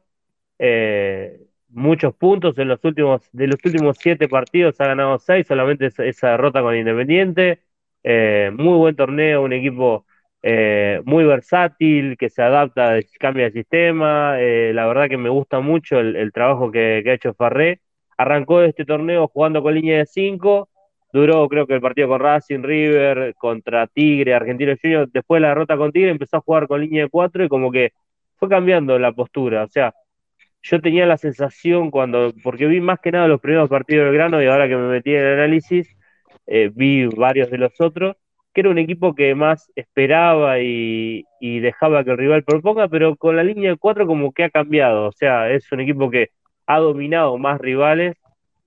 muchos puntos de los últimos 7 partidos ha ganado 6, solamente esa derrota con Independiente. Muy buen torneo, un equipo muy versátil, que se adapta, cambia de sistema. La verdad que me gusta mucho el trabajo que ha hecho Farré. Arrancó este torneo jugando con línea de 5. Duró, creo que el partido con Racing, River, contra Tigre, Argentinos Juniors. Después de la derrota con Tigre empezó a jugar con línea de 4 y como que fue cambiando la postura. O sea, yo tenía la sensación porque vi más que nada los primeros partidos del Grano y ahora que me metí en el análisis, vi varios de los otros, que era un equipo que más esperaba y dejaba que el rival proponga, pero con la línea de 4 como que ha cambiado. O sea, es un equipo que ha dominado más rivales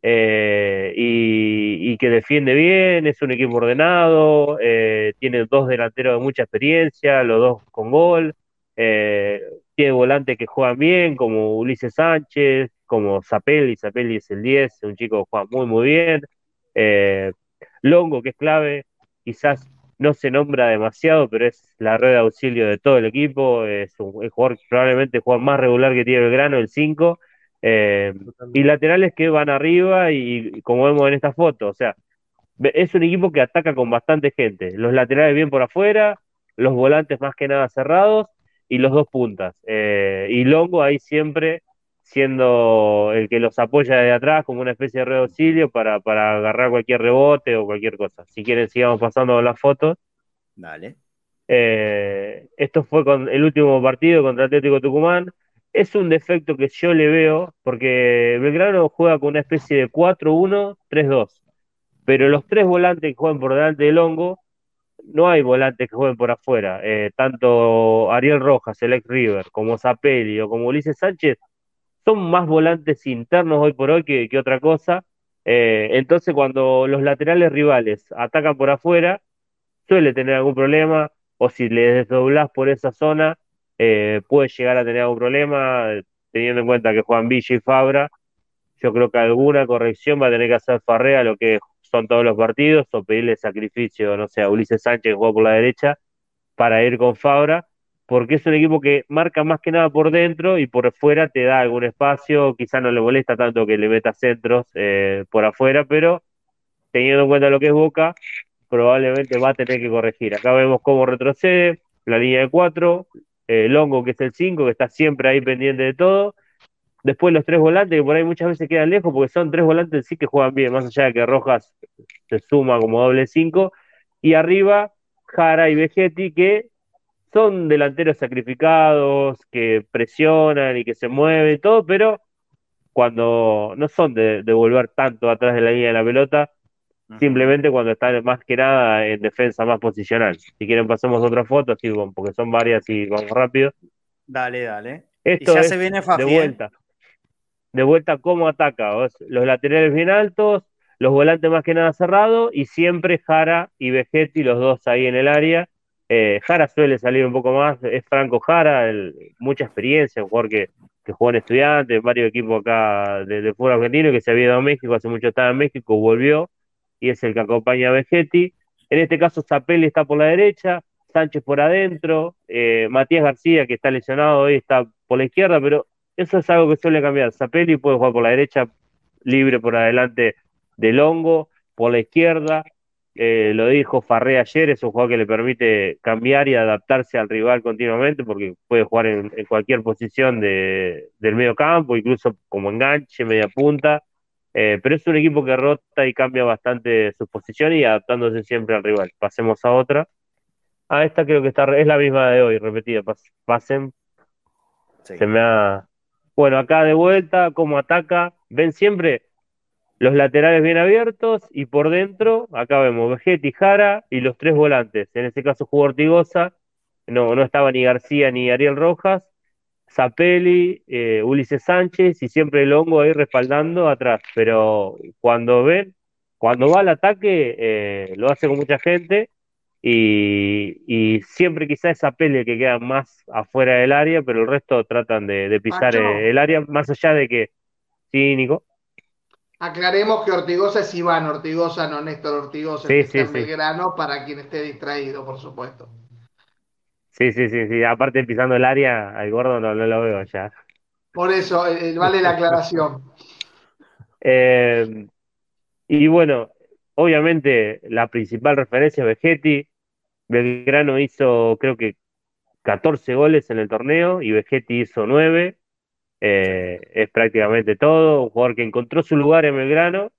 y que defiende bien, es un equipo ordenado, tiene 2 delanteros de mucha experiencia, los 2 con gol, tiene volantes que juegan bien, como Ulises Sánchez, como Zapelli es el 10, un chico que juega muy muy bien, Longo, que es clave, quizás no se nombra demasiado, pero es la red de auxilio de todo el equipo, es el jugador, probablemente el jugador más regular que tiene Belgrano, el 5, y laterales que van arriba y como vemos en esta foto, o sea, es un equipo que ataca con bastante gente, los laterales bien por afuera, los volantes más que nada cerrados y los 2 puntas, y Longo ahí siempre siendo el que los apoya de atrás como una especie de red de auxilio para agarrar cualquier rebote o cualquier cosa. Si quieren sigamos pasando las fotos. Dale. Esto fue con el último partido contra Atlético Tucumán. Es un defecto que yo le veo, porque Belgrano juega con una especie de 4-1-3-2, pero los 3 volantes que juegan por delante del Hongo, no hay volantes que jueguen por afuera. Tanto Ariel Rojas, el ex River, como Zapelli o como Ulises Sánchez, son más volantes internos hoy por hoy que otra cosa. Entonces, cuando los laterales rivales atacan por afuera, suele tener algún problema, o si le desdoblás por esa zona, puede llegar a tener algún problema, teniendo en cuenta que juegan Villa y Fabra. Yo creo que alguna corrección va a tener que hacer Farrea, lo que son todos los partidos, o pedirle sacrificio, no sé, a Ulises Sánchez que juega por la derecha, para ir con Fabra, porque es un equipo que marca más que nada por dentro y por fuera te da algún espacio, quizá no le molesta tanto que le meta centros por afuera, pero teniendo en cuenta lo que es Boca, probablemente va a tener que corregir. Acá vemos cómo retrocede, la línea de 4, Longo que es el 5 que está siempre ahí pendiente de todo. Después los tres volantes, que por ahí muchas veces quedan lejos, porque son tres volantes sí que juegan bien, más allá de que Rojas se suma como doble 5. Y arriba, Jara y Vegetti, que son delanteros sacrificados, que presionan y que se mueven y todo, pero cuando no son de volver tanto atrás de la línea de la pelota, Ujú. simplemente cuando están más que nada en defensa más posicional. Si quieren pasemos otra foto, así, bueno, porque son varias y vamos rápido. Dale, dale. Y Esto ya se es viene de Fafi, ¿eh? vuelta, cómo ataca. Los laterales bien altos, los volantes más que nada cerrados y siempre Jara y Vegetti, los dos ahí en el área. Jara suele salir un poco más, es Franco Jara, mucha experiencia, un jugador que jugó en Estudiantes, en varios equipos acá de fútbol argentino, que se había ido a México, hace mucho estaba en México, volvió y es el que acompaña a Vegetti. En este caso, Zapelli está por la derecha, Sánchez por adentro, Matías García, que está lesionado hoy, está por la izquierda, pero eso es algo que suele cambiar. Zapelli puede jugar por la derecha, libre por adelante del hongo, por la izquierda. Lo dijo Farré ayer, es un jugador que le permite cambiar y adaptarse al rival continuamente, porque puede jugar en cualquier posición del medio campo, incluso como enganche, media punta. Pero es un equipo que rota y cambia bastante sus posiciones y adaptándose siempre al rival. Pasemos a otra. Esta creo que es la misma de hoy, repetida. Pasen, se Sí. me ha... Bueno, acá de vuelta, cómo ataca. Ven siempre los laterales bien abiertos y por dentro, acá vemos Vegetti, Jara y los tres volantes. En este caso jugó Ortigoza, no estaba ni García ni Ariel Rojas, Zapelli, Ulises Sánchez y siempre el hongo ahí respaldando atrás. Pero cuando va al ataque, lo hace con mucha gente y siempre quizá es Zapelli el que queda más afuera del área, pero el resto tratan de pisar Nacho, el área, más allá de que, sí, Nico. aclaremos que Ortigosa es Iván Ortigosa, no Néstor Ortigosa, el Sí, que está sí, en sí. Belgrano, para quien esté distraído, por supuesto. Sí, sí, sí, sí. Aparte pisando el área, al gordo no lo veo ya. Por eso, vale la aclaración. Eh, y bueno, obviamente la principal referencia es Vegetti. Belgrano hizo creo que 14 goles en el torneo y Vegetti hizo 9. Sí. Es prácticamente todo. Un jugador que encontró su lugar en Belgrano.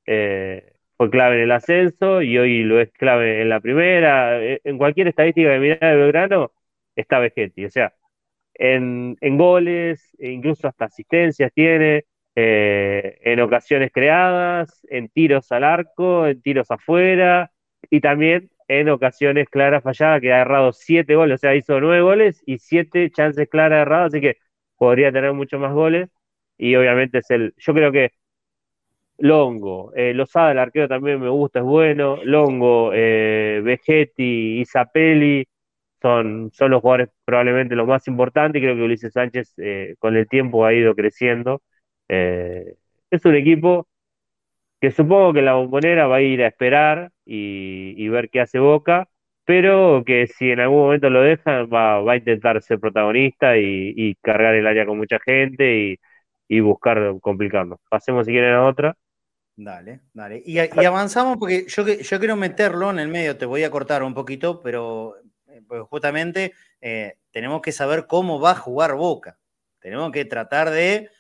Fue clave en el ascenso y hoy lo es clave en la primera. En cualquier estadística de mirada de Belgrano está Vegetti. O sea, en goles, e incluso hasta asistencias tiene, en ocasiones creadas, en tiros al arco, en tiros afuera y también en ocasiones claras falladas, que ha errado 7 goles, o sea, hizo 9 goles y 7 chances claras erradas, así que podría tener muchos más goles y obviamente yo creo que Longo, Lozada, el arquero también me gusta, es bueno. Longo, Vegetti y Zapelli son los jugadores probablemente los más importantes. Creo que Ulises Sánchez con el tiempo ha ido creciendo. Eh, es un equipo que supongo que la Bombonera va a ir a esperar y ver qué hace Boca, pero que si en algún momento lo dejan, va a intentar ser protagonista y cargar el área con mucha gente y buscar complicarnos. Pasemos si quieren a otra. Dale, dale. Y avanzamos porque yo quiero meterlo en el medio, te voy a cortar un poquito, pero pues justamente tenemos que saber cómo va a jugar Boca. Tenemos que tratar de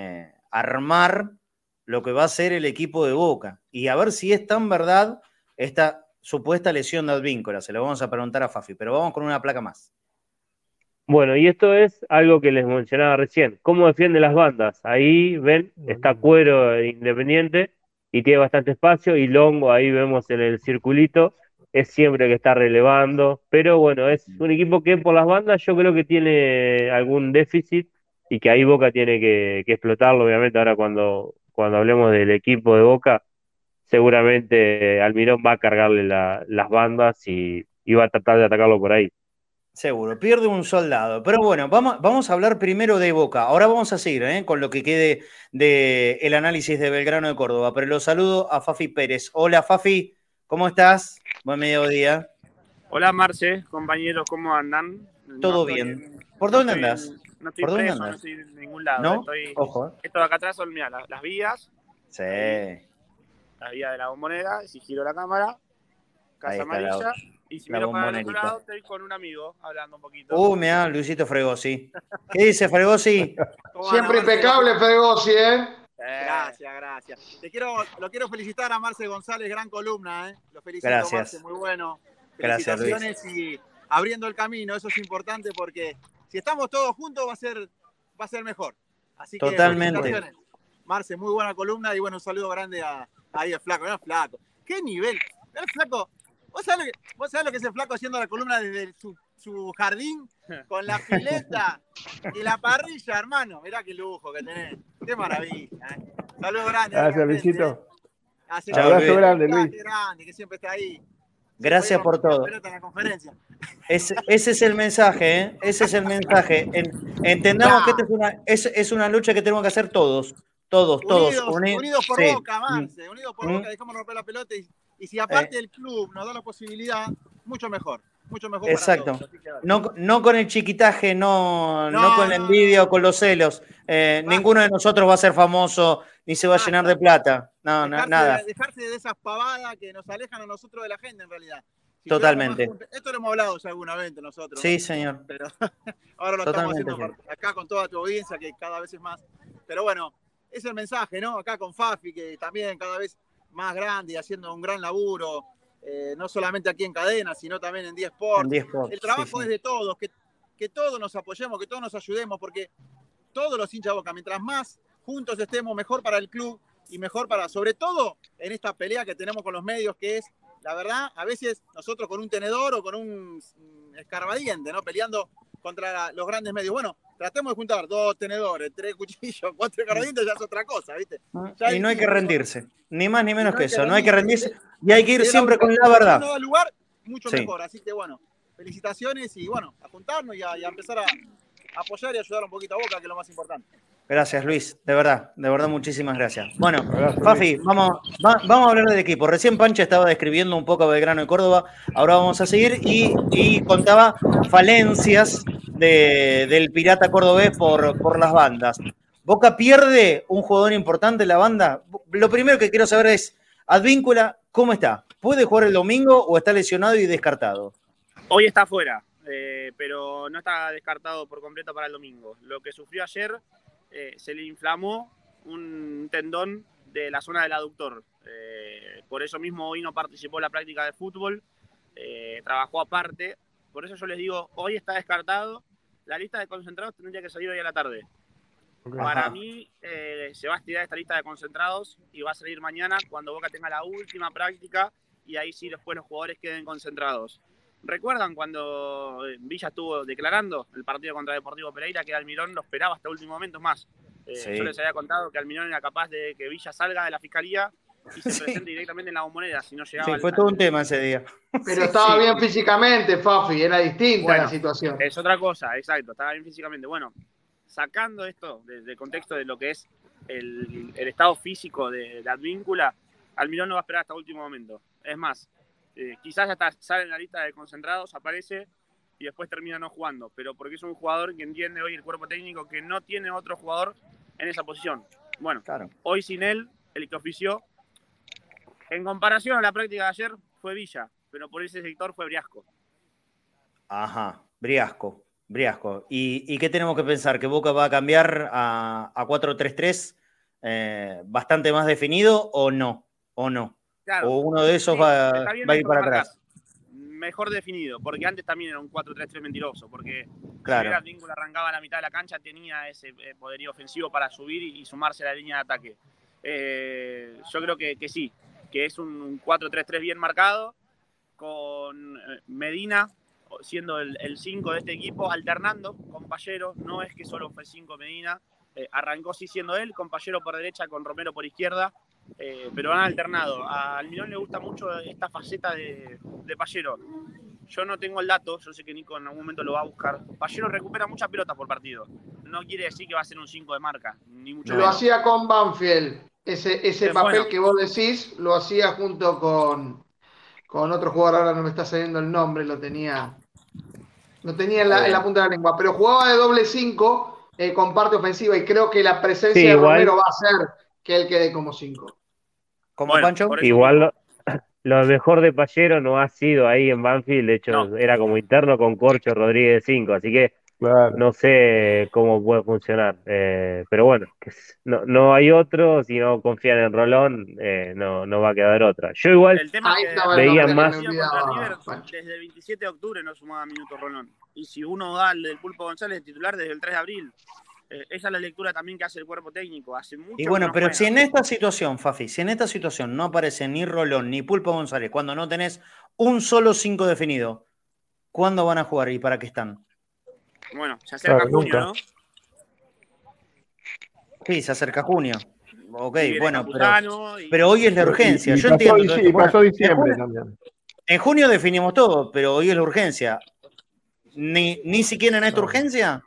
armar lo que va a ser el equipo de Boca y a ver si es tan verdad esta supuesta lesión de Advíncula. Se lo vamos a preguntar a Fafi, pero vamos con una placa más. Bueno, y esto es algo que les mencionaba recién. ¿Cómo defiende las bandas? Ahí ven, está Cuero Independiente y tiene bastante espacio. Y Longo, ahí vemos en el circulito, es siempre que está relevando. Pero bueno, es un equipo que por las bandas yo creo que tiene algún déficit y que ahí Boca tiene que explotarlo. Obviamente, ahora cuando hablemos del equipo de Boca, seguramente Almirón va a cargarle las bandas y va a tratar de atacarlo por ahí. Seguro, pierde un soldado. Pero bueno, vamos a hablar primero de Boca. Ahora vamos a seguir con lo que quede del análisis de Belgrano de Córdoba. Pero lo saludo a Fafi Pérez. Hola Fafi, ¿cómo estás? Buen mediodía. Hola Marce, compañeros, ¿cómo andan? Todo bien. ¿Por dónde andás? No estoy ¿Por dónde preso, andás? no estoy en ningún lado. ¿No? Ojo. Esto de acá atrás son, mira, las vías. Sí. La vía de la Bombonera, y si giro la cámara, Casa Amarilla. Y si miro para el otro lado, estoy con un amigo hablando un poquito. Mirá, Luisito Fregosi. ¿Qué dice Fregosi? Siempre impecable, Fregosi, ¿eh? Gracias. Lo quiero felicitar a Marce González, gran columna, ¿eh? Lo felicito, Gracias. Marce, muy bueno. Gracias, Felicitaciones y abriendo el camino, eso es importante porque si estamos todos juntos va a ser mejor. Así que totalmente. Felicitaciones. Marce, muy buena columna y bueno, un saludo grande ahí al flaco. Mirá, flaco. ¿Qué nivel? El flaco. ¿Vos sabés lo que es el flaco haciendo la columna desde su jardín con la pileta y la parrilla, hermano? Mirá qué lujo que tenés. Qué maravilla. Saludos grandes. Gracias, Luisito. Abrazo grande, Luis. Grande, que siempre está ahí. Gracias por todo. En la conferencia. Ese es el mensaje, ¿eh? Ese es el mensaje. Entendamos que es una lucha que tenemos que hacer todos. Unidos por sí. Boca, Marce. Unidos por Boca, dejamos romper la pelota y si aparte el club nos da la posibilidad, mucho mejor. Exacto. Para todos. No con el chiquitaje, no con la envidia o con los celos. Ninguno de nosotros va a ser famoso ni se va a llenar de plata. Nada. Dejarse de esas pavadas que nos alejan a nosotros de la gente, en realidad. Totalmente. Esto lo hemos hablado ya alguna vez entre nosotros. Sí, ¿no? señor. Pero ahora lo Totalmente estamos haciendo acá con toda tu audiencia, que cada vez es más. Pero bueno, es el mensaje, ¿no? Acá con Fafi, que también cada vez más grande y haciendo un gran laburo. No solamente aquí en Cadena, sino también en 10 Sports. El trabajo es de todos, que todos nos apoyemos, que todos nos ayudemos, porque todos los hinchas de Boca, mientras más juntos estemos, mejor para el club y mejor sobre todo en esta pelea que tenemos con los medios, que es, la verdad, a veces nosotros con un tenedor o con un escarbadiente, ¿no? Peleando contra los grandes medios. Bueno, tratemos de juntar 2 tenedores, 3 cuchillos, 4 escarbadientes, ya es otra cosa, ¿viste? Y no hay que rendirse, ni más ni menos que eso. No hay que rendirse y hay que ir siempre con la verdad. No da lugar, mucho mejor. Así que bueno, felicitaciones y bueno, a juntarnos y a empezar a apoyar y ayudar un poquito a Boca, que es lo más importante. Gracias, Luis. De verdad, muchísimas gracias. Bueno, Fafi, vamos a hablar del equipo. Recién Pancha estaba describiendo un poco a Belgrano de Córdoba. Ahora vamos a seguir y contaba falencias del Pirata cordobés por las bandas. Boca pierde un jugador importante en la banda. Lo primero que quiero saber es, Advíncula, ¿cómo está? ¿Puede jugar el domingo o está lesionado y descartado? Hoy está fuera, pero no está descartado por completo para el domingo. Lo que sufrió ayer, se le inflamó un tendón de la zona del aductor. Por eso mismo hoy no participó en la práctica de fútbol, trabajó aparte. Por eso yo les digo, hoy está descartado. La lista de concentrados tendría que salir hoy a la tarde. Okay. Para mí se va a estirar esta lista de concentrados y va a salir mañana cuando Boca tenga la última práctica y ahí sí después los jugadores queden concentrados. ¿Recuerdan cuando Villa estuvo declarando el partido contra Deportivo Pereira que Almirón lo esperaba hasta último momento? Más, sí. Yo les había contado que Almirón era capaz de que Villa salga de la fiscalía y se presente directamente en la Bombonera si no llegaba. Sí, fue todo un tema ese día. Pero estaba bien físicamente, Fafi, era distinta la situación. Es otra cosa, exacto, estaba bien físicamente. Bueno, sacando esto del contexto de lo que es el estado físico de la Advíncula, Almirón no va a esperar hasta último momento. Es más, quizás hasta sale en la lista de concentrados, aparece y después termina no jugando, pero porque es un jugador que entiende hoy el cuerpo técnico que no tiene otro jugador en esa posición. Bueno, claro. Hoy sin él, el que ofició, en comparación a la práctica de ayer, fue Villa, pero por ese sector fue Briasco. Ajá, Briasco. ¿Y qué tenemos que pensar? ¿Que Boca va a cambiar a 4-3-3 bastante más definido o no? Claro, o uno de esos va a ir para atrás. Mejor definido, porque antes también era un 4-3-3 mentiroso, porque claro. Si el vínculo arrancaba a la mitad de la cancha, tenía ese poderío ofensivo para subir y sumarse a la línea de ataque. Yo creo que sí, que es un 4-3-3 bien marcado, con Medina siendo el 5 de este equipo, alternando con Pallero. No es que solo fue 5 Medina, arrancó sí siendo él, con Pallero por derecha, con Romero por izquierda, pero han alternado. A Almirón le gusta mucho esta faceta de Pallero. yo no tengo el dato, yo sé que Nico en algún momento lo va a buscar. Pallero recupera muchas pelotas por partido. No quiere decir que va a ser un 5 de marca, ni mucho Lo menos. hacía con Banfield. Ese papel Bueno, que vos decís, lo hacía junto con otro jugador, ahora no me está saliendo el nombre, lo tenía en la punta de la lengua, pero jugaba de doble 5 con parte ofensiva y creo que la presencia Sí, de igual, Romero va a hacer que él quede como 5. ¿Cómo, bueno, Pancho? por eso igual mismo, lo mejor de Pallero no ha sido ahí en Banfield, de hecho no. era como interno con Corcho Rodríguez 5, así que Claro. no sé cómo puede funcionar. Pero bueno, no hay otro, si no confían en Rolón, no va a quedar otra. Yo igual El tema Ahí es que estaba el veía nombre que me más, contra River, olvidaba, Pancho. desde el 27 de octubre no sumaba minutos Rolón. Y si uno da el del Pulpo González titular desde el 3 de abril, esa es la lectura también que hace el cuerpo técnico. Hace mucho Y que bueno, no pero juega. si en esta situación, Fafi, si en esta situación no aparece ni Rolón ni Pulpo González, cuando no tenés un solo 5 definido, ¿cuándo van a jugar y para qué están? Bueno, se acerca Claro, junio, nunca. ¿no? Sí, se acerca junio. Ok, Y viene bueno, Campuzano pero hoy es la urgencia. Y Yo pasó, entiendo todo esto. Bueno, pasó en diciembre junio, también. en junio definimos todo, pero hoy es la urgencia. Ni siquiera en esta urgencia.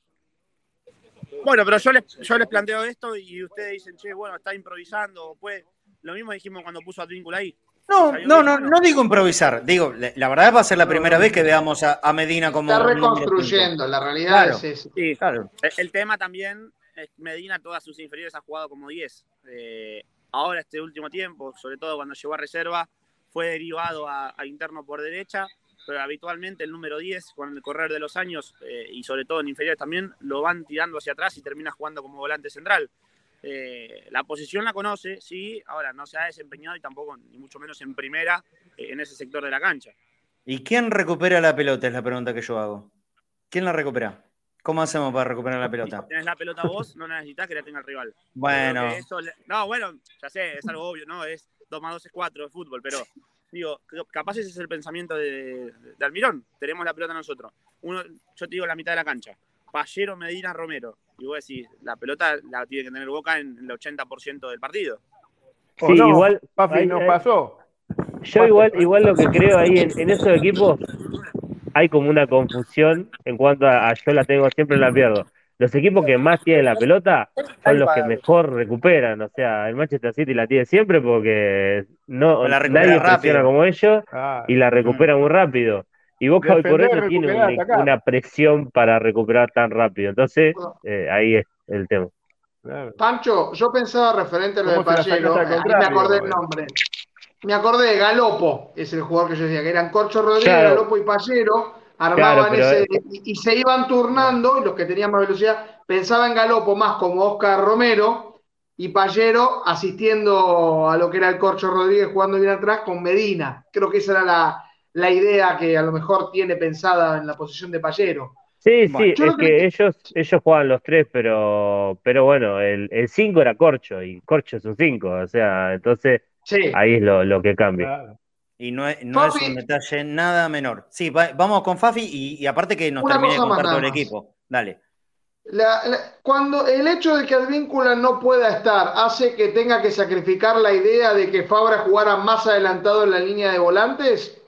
Bueno, pero yo les planteo esto y ustedes dicen, che, bueno, está improvisando. Pues, lo mismo dijimos cuando puso a Advíncula ahí. No digo improvisar. Digo, la verdad va a ser la primera vez que veamos a Medina como Está un número 5. reconstruyendo, la realidad Claro, es esa. Sí. claro. El tema también es que Medina, todas sus inferiores ha jugado como 10. Ahora, este último tiempo, sobre todo cuando llegó a reserva, fue derivado a interno por derecha, pero habitualmente el número 10, con el correr de los años, y sobre todo en inferiores también, lo van tirando hacia atrás y termina jugando como volante central. La posición la conoce, sí, ahora no se ha desempeñado y tampoco, ni mucho menos en primera, en ese sector de la cancha. ¿Y quién recupera la pelota? Es la pregunta que yo hago. ¿Quién la recupera? ¿Cómo hacemos para recuperar la pelota? Si tenés la pelota vos, no necesitas que la tenga el rival. Bueno. No, bueno, ya sé, es algo obvio, ¿no? Es 2 más 2 es 4 de fútbol, pero digo, capaz ese es el pensamiento de Almirón. Tenemos la pelota nosotros. Yo te digo la mitad de la cancha. Pallero, Medina, Romero. Y vos decís, la pelota la tiene que tener Boca en el 80% del partido. sí, No, igual, Papi, nos pasó. yo igual lo que creo ahí en esos equipos hay como una confusión en cuanto a yo la tengo, siempre la pierdo. Los equipos que más tienen la pelota son los que mejor recuperan. O sea, el Manchester City la tiene siempre porque Pues la recupera nadie presiona rápido. como ellos y la recupera muy rápido. Y Boca hoy por hoy Defender, no tiene recuperar, atacar. una presión para recuperar tan rápido. Entonces, ahí es el tema. Claro. Pancho, yo pensaba referente a lo de ¿Cómo se la Pallero, sacás al ahí me contrario? acordé el nombre. Me acordé de Galopo, es el jugador que yo decía, que eran Corcho Rodríguez, Claro. Galopo y Pallero, Claro, armaban pero ese, y se iban turnando, y los que tenían más velocidad pensaban en Galopo más como Oscar Romero, y Pallero asistiendo a lo que era el Corcho Rodríguez jugando bien atrás con Medina. Creo que esa era la idea que a lo mejor tiene pensada en la posición de Pallero. sí, Bueno, es que ellos juegan los tres, pero bueno, el 5 era Corcho y Corcho es un 5, o sea, entonces Sí. ahí es lo que cambia. Claro. y no es un Fafi, detalle nada menor. Sí, vamos con Fafi y aparte que nos una termine de cosa más contar todo nada el más. equipo. Dale. Cuando el hecho de que Advíncula no pueda estar hace que tenga que sacrificar la idea de que Fabra jugara más adelantado en la línea de volantes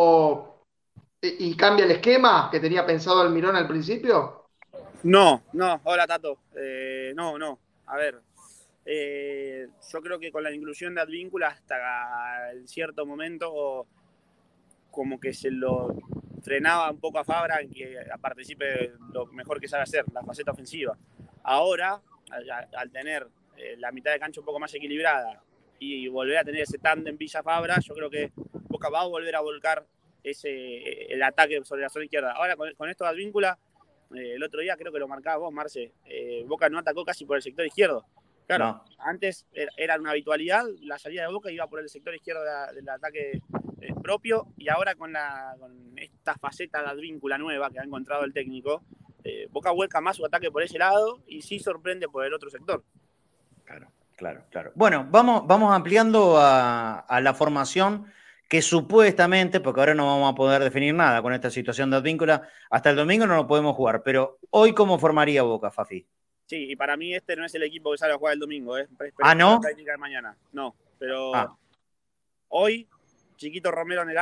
y cambia el esquema que tenía pensado Almirón al principio. No, hola Tato. No. A ver, yo creo que con la inclusión de Advíncula hasta en cierto momento como que se lo frenaba un poco a Fabra en que participe lo mejor que sabe hacer, la faceta ofensiva. Ahora, al tener la mitad de cancha un poco más equilibrada y volver a tener ese tándem Villa-Fabra, yo creo que Boca va a volver a volcar el ataque sobre la zona izquierda. Ahora con esto de Advíncula, el otro día creo que lo marcabas vos, Marce, Boca no atacó casi por el sector izquierdo. Claro, No. Antes era una habitualidad, la salida de Boca iba por el sector izquierdo del ataque propio, y ahora con esta faceta de Advíncula nueva que ha encontrado el técnico, Boca vuelca más su ataque por ese lado y sí sorprende por el otro sector. Claro. Bueno, vamos ampliando a la formación que supuestamente, porque ahora no vamos a poder definir nada con esta situación de Advíncula, hasta el domingo no lo podemos jugar, pero hoy ¿cómo formaría Boca, Fafi? Sí, y para mí este no es el equipo que sale a jugar el domingo. ¿No? La práctica de mañana. No, pero hoy, Chiquito Romero en el arco,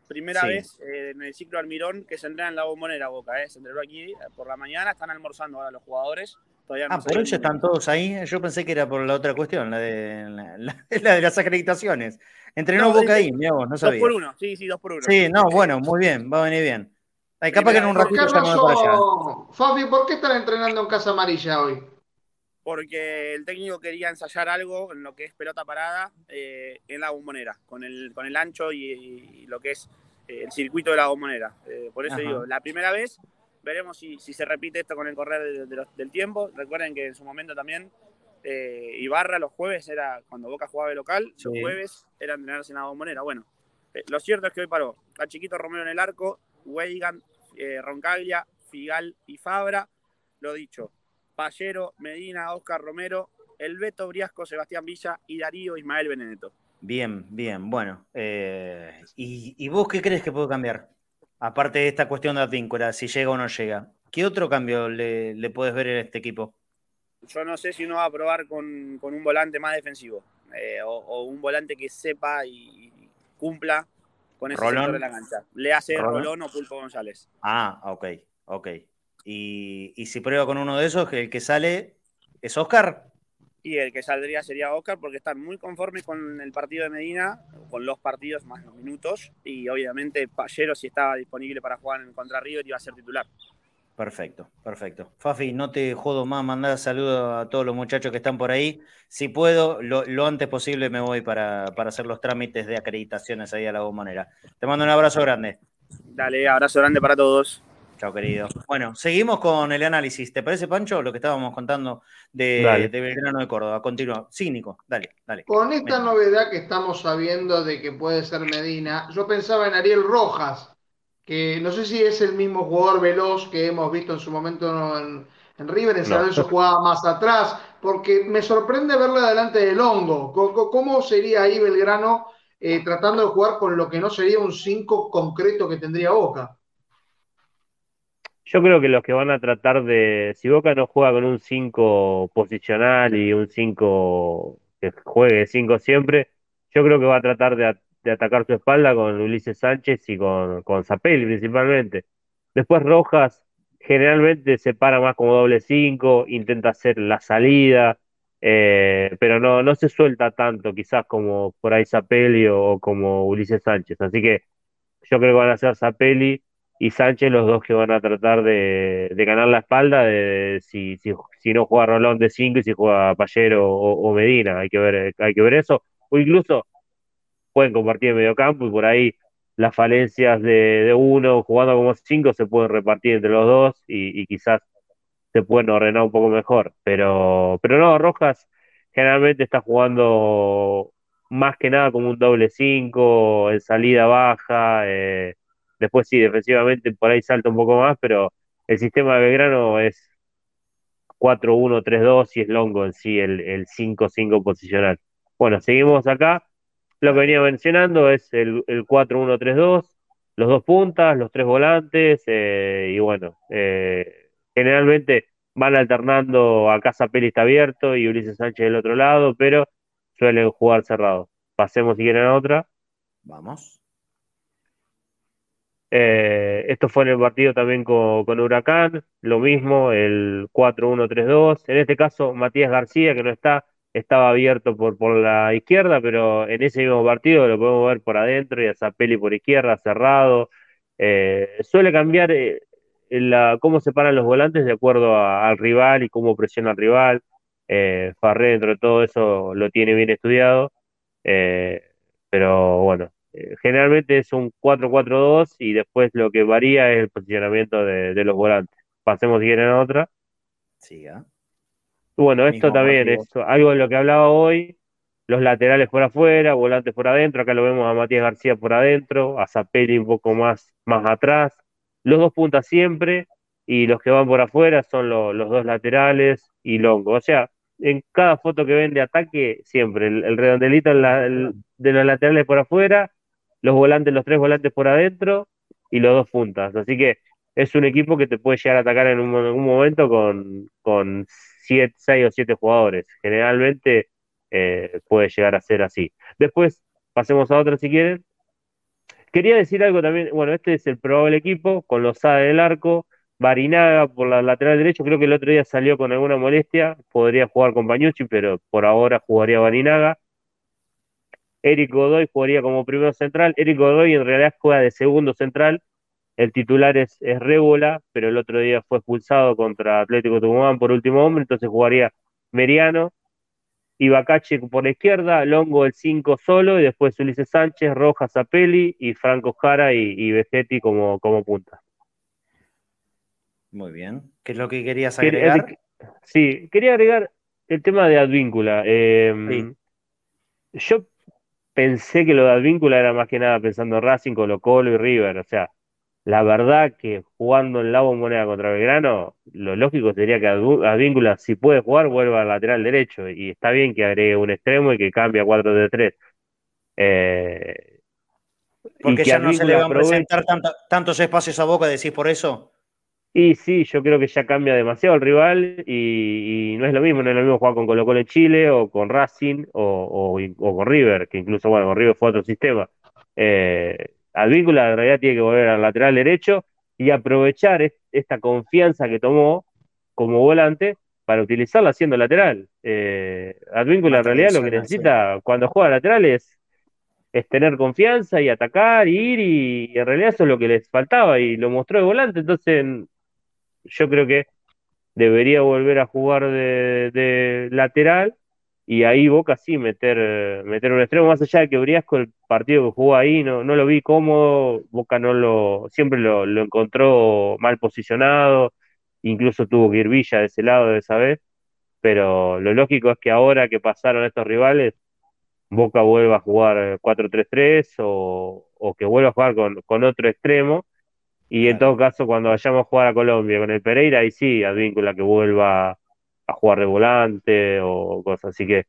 Primera Sí. vez en el ciclo Almirón que se entrena en la Bombonera Boca. Se entrenó aquí por la mañana, están almorzando ahora los jugadores. Todavía no Por eso están todos ahí. Yo pensé que era por la otra cuestión, la de las acreditaciones. Entrenó No, Boca ahí, mirá vos, no 2 sabía. por 1, sí, 2 por 1. Sí, no, bueno, muy bien, va a venir bien. Ay, capaz que en un Juan ratito ya me voy para allá. Carlos, Fabi, ¿por qué están entrenando en Casa Amarilla hoy? Porque el técnico quería ensayar algo en lo que es pelota parada en la Bombonera, con el ancho y lo que es el circuito de la Bombonera. Por eso digo, la primera vez, veremos si se repite esto con el correr del tiempo. Recuerden que en su momento también Ibarra los jueves era cuando Boca jugaba de local, los jueves era entrenarse en la Bombonera. Bueno, lo cierto es que hoy paró a Chiquito Romero en el arco, Weigan, Roncaglia, Figal y Fabra. Lo dicho, Pallero, Medina, Oscar Romero, el Beto Briasco, Sebastián Villa y Darío Ismael Benedetto. Bien, bien, bueno. ¿Y vos qué crees que puede cambiar? Aparte de esta cuestión de Advíncula, si llega o no llega. ¿Qué otro cambio le puedes ver en este equipo? Yo no sé si uno va a probar con un volante más defensivo o un volante que sepa y cumpla con ese sector de la cancha. Le hace Rolón o Pulpo González. Ok. ¿Y si prueba con uno de esos, el que sale es Oscar? Y el que saldría sería Oscar porque están muy conformes con el partido de Medina, con los partidos más los minutos, y obviamente Pallero, si estaba disponible para jugar en contra River, iba a ser titular. Perfecto. Fafi, no te jodo más, mandá saludos a todos los muchachos que están por ahí. Si puedo, lo antes posible me voy para hacer los trámites de acreditaciones ahí a la Bombonera. Te mando un abrazo grande. Dale, abrazo grande para todos. Chao, querido. Bueno, seguimos con el análisis. ¿Te parece, Pancho, lo que estábamos contando de Belgrano de Córdoba? Continúa. Sí, Nico, dale. Con esta novedad que estamos sabiendo de que puede ser Medina, yo pensaba en Ariel Rojas, que no sé si es el mismo jugador veloz que hemos visto en su momento en River, en San Lorenzo jugaba más atrás, porque me sorprende verlo adelante del hongo. ¿Cómo sería ahí Belgrano tratando de jugar con lo que no sería un 5 concreto que tendría Boca? Yo creo que los que van a tratar de, si Boca no juega con un 5 posicional y un 5 que juegue 5 siempre, yo creo que va a tratar de atacar su espalda con Ulises Sánchez y con Zapelli principalmente. Después Rojas generalmente se para más como doble 5, intenta hacer la salida, pero no se suelta tanto quizás como por ahí Zapelli o como Ulises Sánchez. Así que yo creo que van a ser Zapelli y Sánchez los dos que van a tratar de ganar la espalda de si no juega Rolón de 5 y si juega Pallero o Medina. Hay que ver eso. O incluso pueden compartir el mediocampo y por ahí las falencias de uno jugando como 5 se pueden repartir entre los dos y quizás se pueden ordenar un poco mejor. Pero no, Rojas generalmente está jugando más que nada como un doble 5 en salida baja. Después sí, defensivamente por ahí salta un poco más, pero el sistema de Belgrano es 4-1-3-2 y es Longo en sí el 5-5 posicional. Bueno, seguimos acá. Lo que venía mencionando es el 4-1-3-2, los dos puntas, los tres volantes, y bueno, generalmente van alternando, acá Zapelli está abierto y Ulises Sánchez del otro lado, pero suelen jugar cerrados. Pasemos si quieren a otra. Vamos. Esto fue en el partido también con Huracán, lo mismo, el 4-1-3-2. En este caso, Matías García, que no estaba abierto por la izquierda, pero en ese mismo partido lo podemos ver por adentro y a Zapelli por izquierda, cerrado. Suele cambiar cómo se paran los volantes de acuerdo al rival y cómo presiona al rival. Farré, dentro de todo eso, lo tiene bien estudiado. Eh, pero bueno. Generalmente es un 4-4-2 y después lo que varía es el posicionamiento de los volantes. Pasemos si quieren a otra. Siga. Bueno, esto Mismo también partido. es algo de lo que hablaba hoy. Los laterales por afuera, volantes por adentro. Acá lo vemos a Matías García por adentro, a Zapelli un poco más atrás. Los dos puntas siempre y los que van por afuera son los dos laterales y Longo. O sea, en cada foto que ven de ataque, siempre el redondelito de los laterales por afuera, los volantes, los tres volantes por adentro y los dos puntas. Así que es un equipo que te puede llegar a atacar en un momento con 6 o 7 jugadores. Generalmente puede llegar a ser así. Después, pasemos a otra si quieren. quería decir algo también, bueno, este es el probable equipo, con Lozada en el arco, Barinaga por la lateral derecho, creo que el otro día salió con alguna molestia, podría jugar con Pañucci, pero por ahora jugaría Barinaga. Eric Godoy jugaría como primero central, Eric Godoy en realidad juega de segundo central, el titular es Rébola, pero el otro día fue expulsado contra Atlético Tucumán por último hombre, entonces jugaría Meriano, Ibacache por la izquierda, Longo el 5 solo, y después Ulises Sánchez, Rojas, Apeli y Franco Jara y Vegetti como punta. Muy bien. ¿Qué es lo que querías Quería- agregar? sí, quería agregar el tema de Advíncula. Sí. Yo pensé que lo de Advíncula era más que nada pensando en Racing, Colo-Colo y River. O sea, la verdad que jugando en la Bombonera contra Belgrano, lo lógico sería que Advíncula, si puede jugar, vuelva al lateral derecho. Y está bien que agregue un extremo y que cambie a 4-3-3. Eh, y Porque que ya no se le Advíncula van a presentar aproveche. tantos espacios a Boca, decís por eso. Y sí, yo creo que ya cambia demasiado el rival y no es lo mismo jugar con Colo-Colo en Chile o con Racing o con River, que incluso, bueno, con River fue otro sistema. Advíncula en realidad tiene que volver al lateral derecho y aprovechar esta confianza que tomó como volante para utilizarla siendo lateral. Advíncula Más en realidad lo que tradicional, sí. necesita cuando juega lateral es tener confianza y atacar y ir y en realidad eso es lo que les faltaba y lo mostró de volante, entonces yo creo que debería volver a jugar de lateral y ahí Boca sí meter un extremo, más allá de que Briasco el partido que jugó ahí no lo vi cómodo, Boca siempre lo encontró mal posicionado, incluso tuvo que ir Villa de ese lado de esa vez, pero lo lógico es que ahora que pasaron estos rivales, Boca vuelva a jugar 4-3-3 o que vuelva a jugar con otro extremo y en Claro. todo caso, cuando vayamos a jugar a Colombia con el Pereira, ahí sí, Advíncula que vuelva a jugar de volante o cosas así que,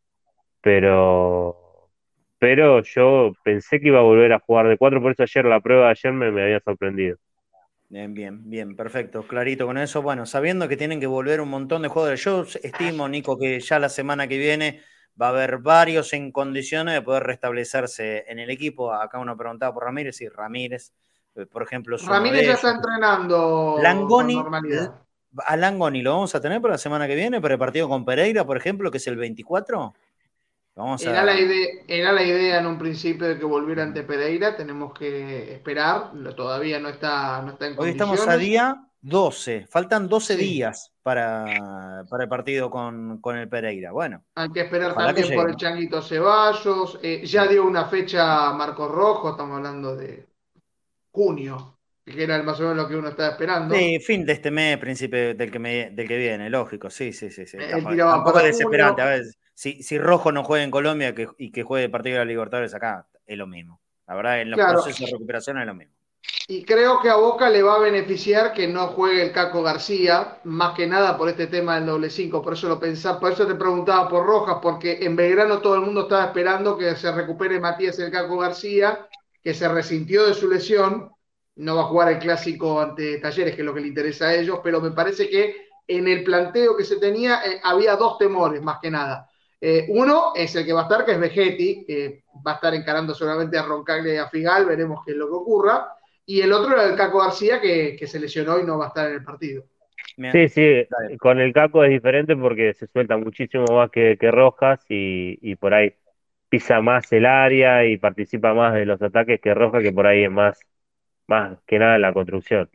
pero, pero yo pensé que iba a volver a jugar de cuatro, por eso ayer la prueba de ayer me había sorprendido. Bien, bien, bien, perfecto, clarito con eso. Bueno, sabiendo que tienen que volver un montón de jugadores, yo estimo, Nico, que ya la semana que viene va a haber varios en condiciones de poder restablecerse en el equipo. Acá uno preguntaba por Ramírez y Ramírez, por ejemplo, es uno Ramírez de ya está ellos. entrenando con Langoni, normalidad. a Langoni lo vamos a tener para la semana que viene, para el partido con Pereira, por ejemplo, que es el 24. Vamos a... Era la idea en un principio de que volviera ante Pereira. Tenemos que esperar. Todavía no está en Hoy estamos a condiciones. día 12, faltan 12 Sí. días para el partido con el Pereira. Bueno, Hay que esperar ojalá que también llegue, por el ¿no? Changuito Ceballos. Ya dio una fecha Marcos Rojo. Estamos hablando de junio, que era más o menos lo que uno estaba esperando. Sí, fin de este mes, príncipe del que viene, lógico, sí, sí, sí, sí. Él tiraba Tampoco para es desesperante, a junio. ver, si Rojo no juega en Colombia y que juegue el partido de la Libertadores acá, es lo mismo. La verdad, en los Claro. procesos de recuperación es lo mismo. Y creo que a Boca le va a beneficiar que no juegue el Caco García, más que nada por este tema del doble 5. Por eso lo pensaba, por eso te preguntaba por Rojas, porque en Belgrano todo el mundo estaba esperando que se recupere Matías el Caco García, que se resintió de su lesión. No va a jugar el clásico ante Talleres, que es lo que le interesa a ellos, pero me parece que en el planteo que se tenía había dos temores, más que nada. Uno es el que va a estar, que es Vegetti, va a estar encarando seguramente a Roncaglia y a Figal, veremos qué es lo que ocurra. Y el otro era el Caco García, que se lesionó y no va a estar en el partido. Sí, Bien, sí, dale. con el Caco es diferente porque se suelta muchísimo más que Rojas y por ahí pisa más el área y participa más de los ataques que Rojas, que por ahí es más que nada en la construcción.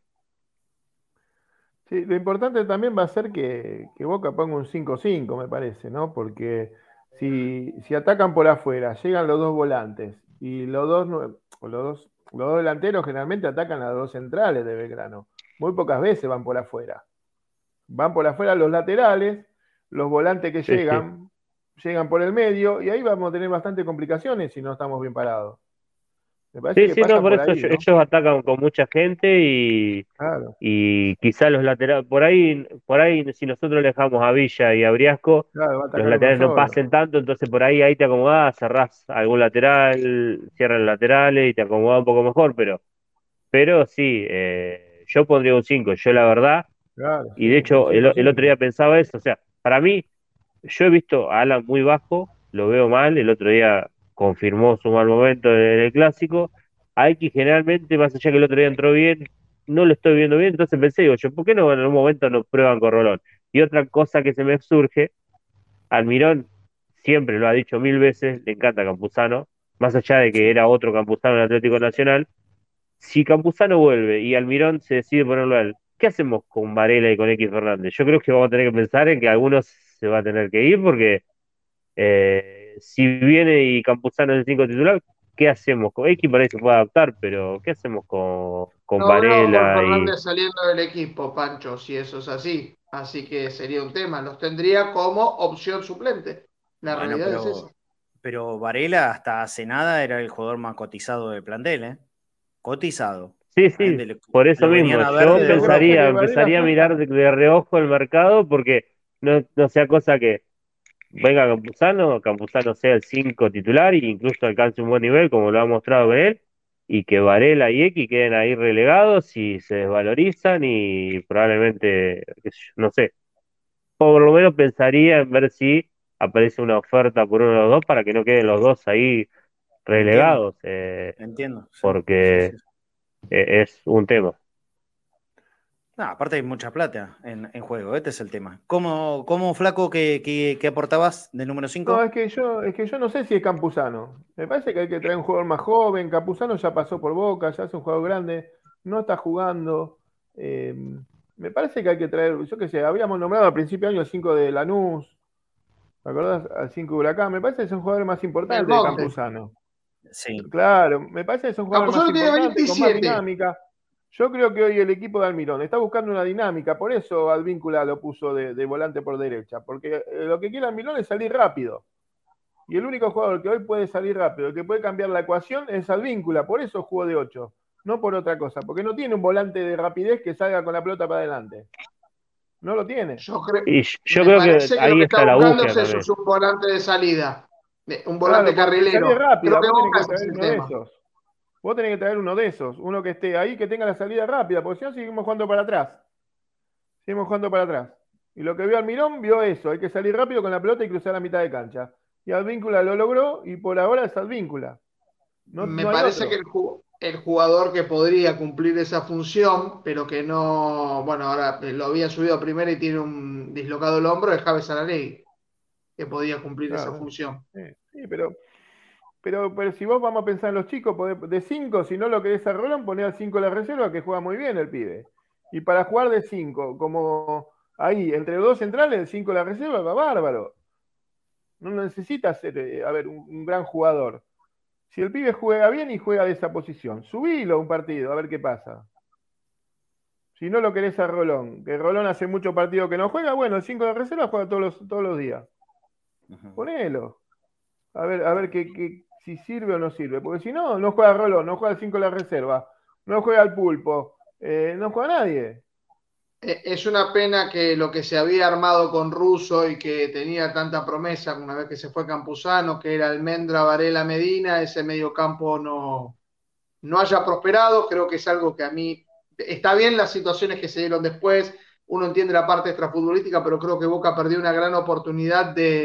Sí, lo importante también va a ser que Boca ponga un 5-5, me parece, ¿no? Porque si atacan por afuera, llegan los dos volantes y los dos delanteros generalmente atacan a los dos centrales de Belgrano. Muy pocas veces van por afuera. Van por afuera los laterales, los volantes que Sí, sí. llegan por el medio y ahí vamos a tener bastante complicaciones si no estamos bien parados. Me parece Sí, que sí, no, pasa por por eso ahí, ¿no? ellos atacan con mucha gente Claro, y quizá los laterales, por ahí si nosotros le dejamos a Villa y a Briasco, claro, va a los atacar uno laterales no solo. pasen tanto, entonces por ahí te acomodás, cerrás algún lateral, cierras los laterales y te acomodás un poco mejor, pero sí, yo pondría un 5 yo la verdad, Claro, y sí, de un hecho el otro 5-5. día pensaba eso, o sea, para mí, yo he visto a Alan muy bajo, lo veo mal, el otro día confirmó su mal momento en el clásico, a X generalmente, más allá que el otro día entró bien, no lo estoy viendo bien, entonces pensé, digo yo, ¿por qué no en algún momento no prueban con Rolón? Y otra cosa que se me surge, Almirón siempre lo ha dicho mil veces, le encanta Campuzano, más allá de que Sí. era otro Campuzano en Atlético Nacional, si Campuzano vuelve y Almirón se decide ponerlo a él, ¿qué hacemos con Varela y con X Fernández? Yo creo que vamos a tener que pensar en que algunos se va a tener que ir porque si viene y Campuzano es el 5 titular, ¿qué hacemos? Con X por ahí se puede adaptar, pero ¿qué hacemos con No veo a Juan Varela y Fernández saliendo del equipo, Pancho, si eso es así. Así que sería un tema. Los tendría como opción suplente. La Bueno, realidad es esa. pero Varela hasta hace nada era el jugador más cotizado del plantel, ¿eh? Cotizado. sí, La sí, gente por eso lo venían mismo, a ver yo Sí, lo que pasa es que Varela empezaría a mirar falta. de reojo el mercado porque no sea cosa que venga Campuzano sea el 5 titular e incluso alcance un buen nivel como lo ha mostrado con él, y que Varela y X queden ahí relegados y se desvalorizan y probablemente, qué sé yo, no sé, por lo menos pensaría en ver si aparece una oferta por uno de los dos para que no queden los dos ahí Entiendo, relegados, entiendo. Sí, sí, porque sí. es un tema. No, aparte hay mucha plata en juego, este es el tema. ¿Cómo flaco que aportabas del número No, 5? es que yo no sé si es Campuzano. Me parece que hay que traer un jugador más joven. Campuzano ya pasó por Boca, ya es un jugador grande, no está jugando. Eh, Me parece que hay que traer, yo qué sé, habíamos nombrado al principio de año el 5 de Lanús, ¿te acordás? Al 5 de Huracán. Me parece que son jugadores más importantes de Belmonte. Campuzano. Sí. Claro, me parece que son jugadores más Campuzano tiene importantes, con más 27. dinámica. Yo creo que hoy el equipo de Almirón está buscando una dinámica, por eso Advíncula lo puso de volante por derecha, porque lo que quiere Almirón es salir rápido. Y el único jugador que hoy puede salir rápido, que puede cambiar la ecuación, es Advíncula. Por eso jugó de 8, no por otra cosa. Porque no tiene un volante de rapidez que salga con la pelota para adelante. No lo tiene. Y yo Me creo que parece que lo ahí que está está la buscando búsqueda es eso, también. es un volante de salida, un volante Claro, porque salida carrilero. Creo rápida, que vos tenés Boca que ese es traer el uno de tema. esos. Vos tenés que traer uno de esos. Uno que esté ahí, que tenga la salida rápida. Porque si no, seguimos jugando para atrás. Seguimos jugando para atrás. Y lo que vio Almirón, vio eso. Hay que salir rápido con la pelota y cruzar la mitad de cancha. Y Advíncula lo logró y por ahora es Advíncula. No, Me no hay parece que otro. el jugador que podría cumplir esa función, pero que no, bueno, ahora lo había subido a primera y tiene un dislocado el hombro, es Javes Aranegui, que podía cumplir esa Claro, función. sí, pero si vos vamos a pensar en los chicos, de 5, si no lo querés a Rolón, poné al 5 la reserva, que juega muy bien el pibe. Y para jugar de 5, como ahí, entre los dos centrales, el 5 la reserva, va bárbaro. No necesita ser, a ver, un gran jugador. Si el pibe juega bien y juega de esa posición, subilo un partido, a ver qué pasa. Si no lo querés a Rolón, que Rolón hace mucho partido que no juega, bueno, el 5 de reserva juega todos los días. Ponelo. A ver si sirve o no sirve. Porque si no, no juega Rolón, no juega el 5 de la reserva, no juega el Pulpo, no juega nadie. Es una pena que lo que se había armado con Russo y que tenía tanta promesa una vez que se fue Campuzano, que era Almendra, Varela, Medina, ese mediocampo no haya prosperado. Creo que es algo que a mí está bien las situaciones que se dieron después. Uno entiende la parte extrafutbolística, pero creo que Boca perdió una gran oportunidad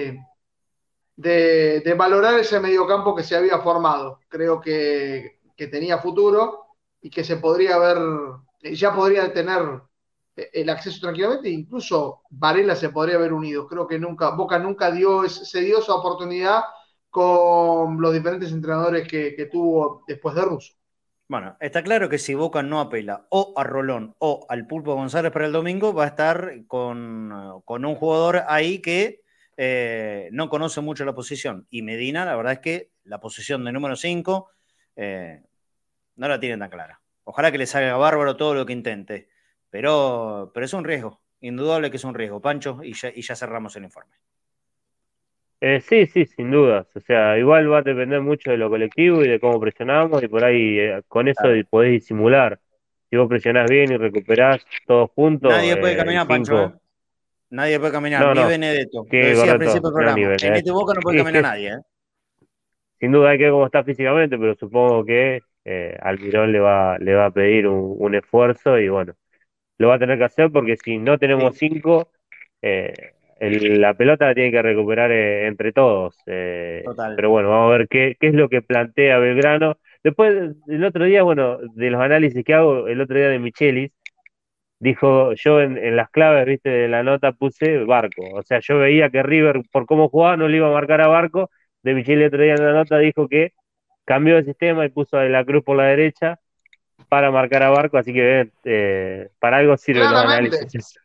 de valorar ese mediocampo que se había formado. Creo que tenía futuro y que se podría haber, ya podría tener el acceso tranquilamente, incluso Varela se podría haber unido. Creo que Boca nunca se dio esa oportunidad con los diferentes entrenadores que tuvo después de Russo. Bueno, está claro que si Boca no apela o a Rolón o al Pulpo González para el domingo, va a estar con un jugador ahí que no conoce mucho la posición. Y Medina, la verdad es que la posición de número 5 no la tiene tan clara. Ojalá que le salga bárbaro todo lo que intente. Pero es un riesgo, indudable que es un riesgo, Pancho, y ya cerramos el informe. Sí, sí, sin dudas. O sea, igual va a depender mucho de lo colectivo y de cómo presionamos y por ahí con eso Claro. podés disimular. Si vos presionás bien y recuperás todos juntos, Nadie puede el caminar, Pancho, ¿eh? 5 Nadie puede caminar, no, ni no, Benedetto. Lo que decía al correcto, principio del no programa. nivel. En este Boca no puede Y caminar nadie, ¿eh? sin duda hay que ver cómo está físicamente, pero supongo que Almirón le va a pedir un esfuerzo y bueno, lo va a tener que hacer porque si no tenemos Sí, 5, la pelota la tiene que recuperar entre todos. total. Pero bueno, vamos a ver qué es lo que plantea Belgrano. Después, el otro día, bueno, de los análisis que hago, el otro día de Michelis, dijo, yo en las claves, viste, de la nota puse Barco. O sea, yo veía que River, por cómo jugaba, no le iba a marcar a Barco. De Michelis el otro día en la nota dijo que cambió de sistema y puso a De la Cruz por la derecha para marcar a Barco, así que para algo sirven los Claramente. análisis.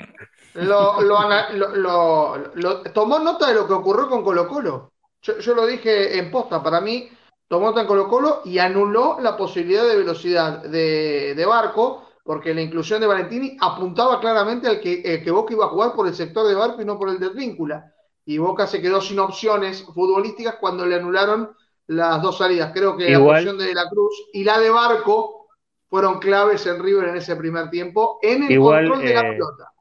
Tomó nota de lo que ocurrió con Colo-Colo. Yo lo dije en posta, para mí tomó nota en Colo-Colo y anuló la posibilidad de velocidad de Barco, porque la inclusión de Valentini apuntaba claramente al que Boca iba a jugar por el sector de Barco y no por el de Advíncula. Y Boca se quedó sin opciones futbolísticas cuando le anularon las dos salidas. Creo que la posición de la Cruz y la de Barco fueron claves en River en ese primer tiempo en el control de la pelota.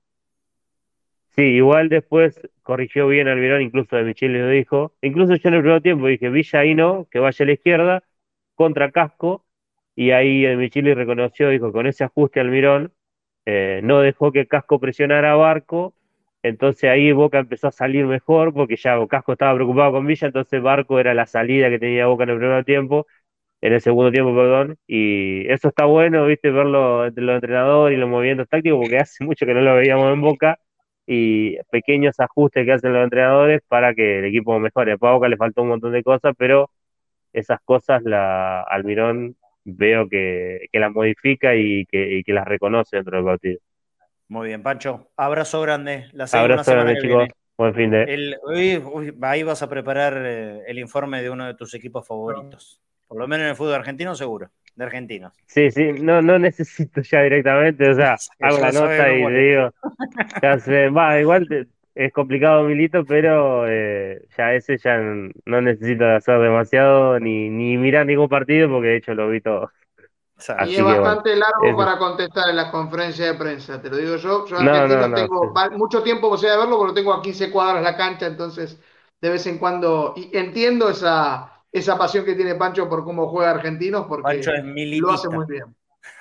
Sí, igual después corrigió bien Almirón, incluso de Michele lo dijo. Incluso yo en el primer tiempo dije, Villa ahí no, que vaya a la izquierda, contra Casco, y ahí Michele reconoció, dijo, con ese ajuste Almirón, no dejó que Casco presionara a Barco, entonces ahí Boca empezó a salir mejor, porque ya Casco estaba preocupado con Villa, entonces Barco era la salida que tenía Boca en el primer tiempo, en el segundo tiempo, perdón, y eso está bueno, viste, verlo entre los entrenadores y los movimientos tácticos, porque hace mucho que no lo veíamos en Boca, y pequeños ajustes que hacen los entrenadores para que el equipo mejore. A Boca le faltó un montón de cosas, pero esas cosas Almirón veo que las modifica y que las reconoce dentro del partido. Muy bien, Pancho. Abrazo grande. La seguimos Abrazo grande, chicos. Viene. Buen fin de. Ahí vas a preparar el informe de uno de tus equipos favoritos. Por lo menos en el fútbol argentino, seguro. De argentinos. Sí, no necesito ya directamente, o sea, hago la nota y le digo, ya sé, igual es complicado Milito, pero ya no necesito hacer demasiado ni mirar ningún partido porque de hecho lo vi todo. Y es bastante largo para contestar en las conferencias de prensa, te lo digo yo. Yo argentino tengo mucho tiempo posibilidad de verlo, porque tengo a 15 cuadras la cancha, entonces de vez en cuando, y entiendo esa pasión que tiene Pancho por cómo juega Argentinos, porque Pancho es lo hace muy bien.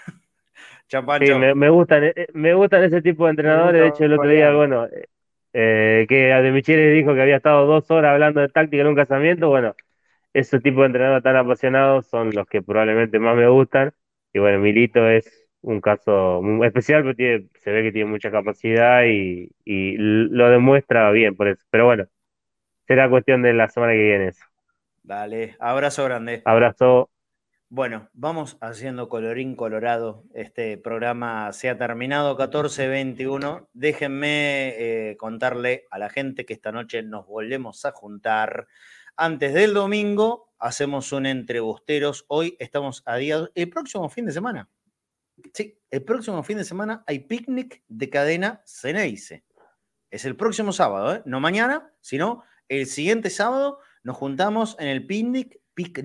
Chao, Pancho. Sí, me gustan ese tipo de entrenadores. De hecho, el otro día, bueno, que De Michele dijo que había estado 2 horas hablando de táctica en un casamiento. Bueno, ese tipo de entrenadores tan apasionados son los que probablemente más me gustan. Y bueno, Milito es un caso muy especial, pero se ve que tiene mucha capacidad y lo demuestra bien por eso. Pero bueno, será cuestión de la semana que viene eso. Dale, abrazo grande. Abrazo. Bueno, vamos haciendo colorín colorado. Este programa se ha terminado, 14:21. Déjenme contarle a la gente que esta noche nos volvemos a juntar. Antes del domingo hacemos un entrebusteros. Hoy estamos a día... El próximo fin de semana. Sí, el próximo fin de semana hay picnic de Cadena Ceneice. Es el próximo sábado, no mañana, sino el siguiente sábado nos juntamos en el picnic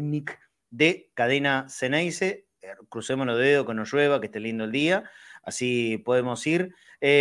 de Cadena Ceneice. Crucemos los dedos, que no llueva, que esté lindo el día, así podemos ir.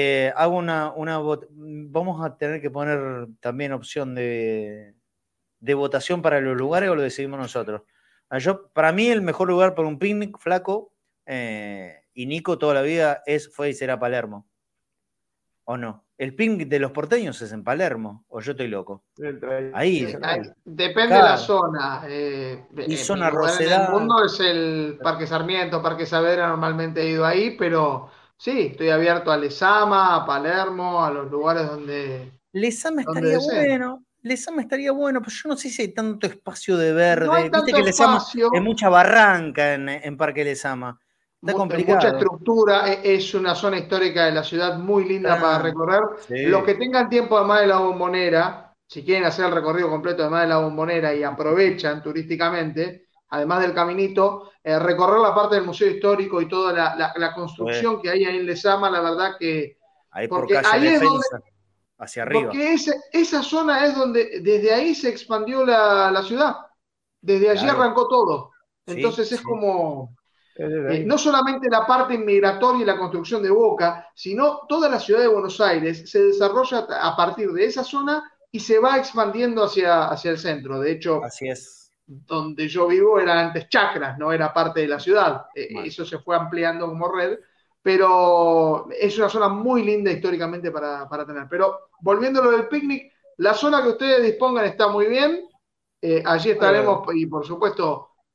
Vamos a tener que poner también opción de votación para los lugares, o lo decidimos nosotros. Para mí el mejor lugar para un picnic, Flaco, y Nico toda la vida fue y será Palermo. ¿O no? El picnic de los porteños es en Palermo, o yo estoy loco. Ahí. Depende de la zona. Y zona Rosedal. En el mundo es el Parque Sarmiento, Parque Saavedra, normalmente he ido ahí, pero sí, estoy abierto a Lezama, a Palermo, a los lugares donde... Lezama estaría bueno. Lezama estaría bueno, pero yo no sé si hay tanto espacio de verde. No hay tanto espacio. Es mucha barranca en Parque Lezama. Está complicado. Mucha estructura, es una zona histórica de la ciudad muy linda para recorrer. Sí. Los que tengan tiempo además de la Bombonera, si quieren hacer el recorrido completo además de la Bombonera y aprovechan turísticamente, además del caminito, recorrer la parte del Museo Histórico y toda la construcción que hay ahí en Lezama, la verdad que... Ahí porque por calle ahí Defensa, es donde, hacia arriba. Porque esa zona es donde desde ahí se expandió la ciudad. Desde allí arrancó todo. Entonces sí, es como... no solamente la parte inmigratoria y la construcción de Boca, sino toda la ciudad de Buenos Aires se desarrolla a partir de esa zona y se va expandiendo hacia el centro. De hecho, así es. Donde yo vivo era antes Chacras, no era parte de la ciudad. Eso se fue ampliando como red, pero es una zona muy linda históricamente para tener. Pero volviendo a lo del picnic, la zona que ustedes dispongan está muy bien. Allí estaremos y por supuesto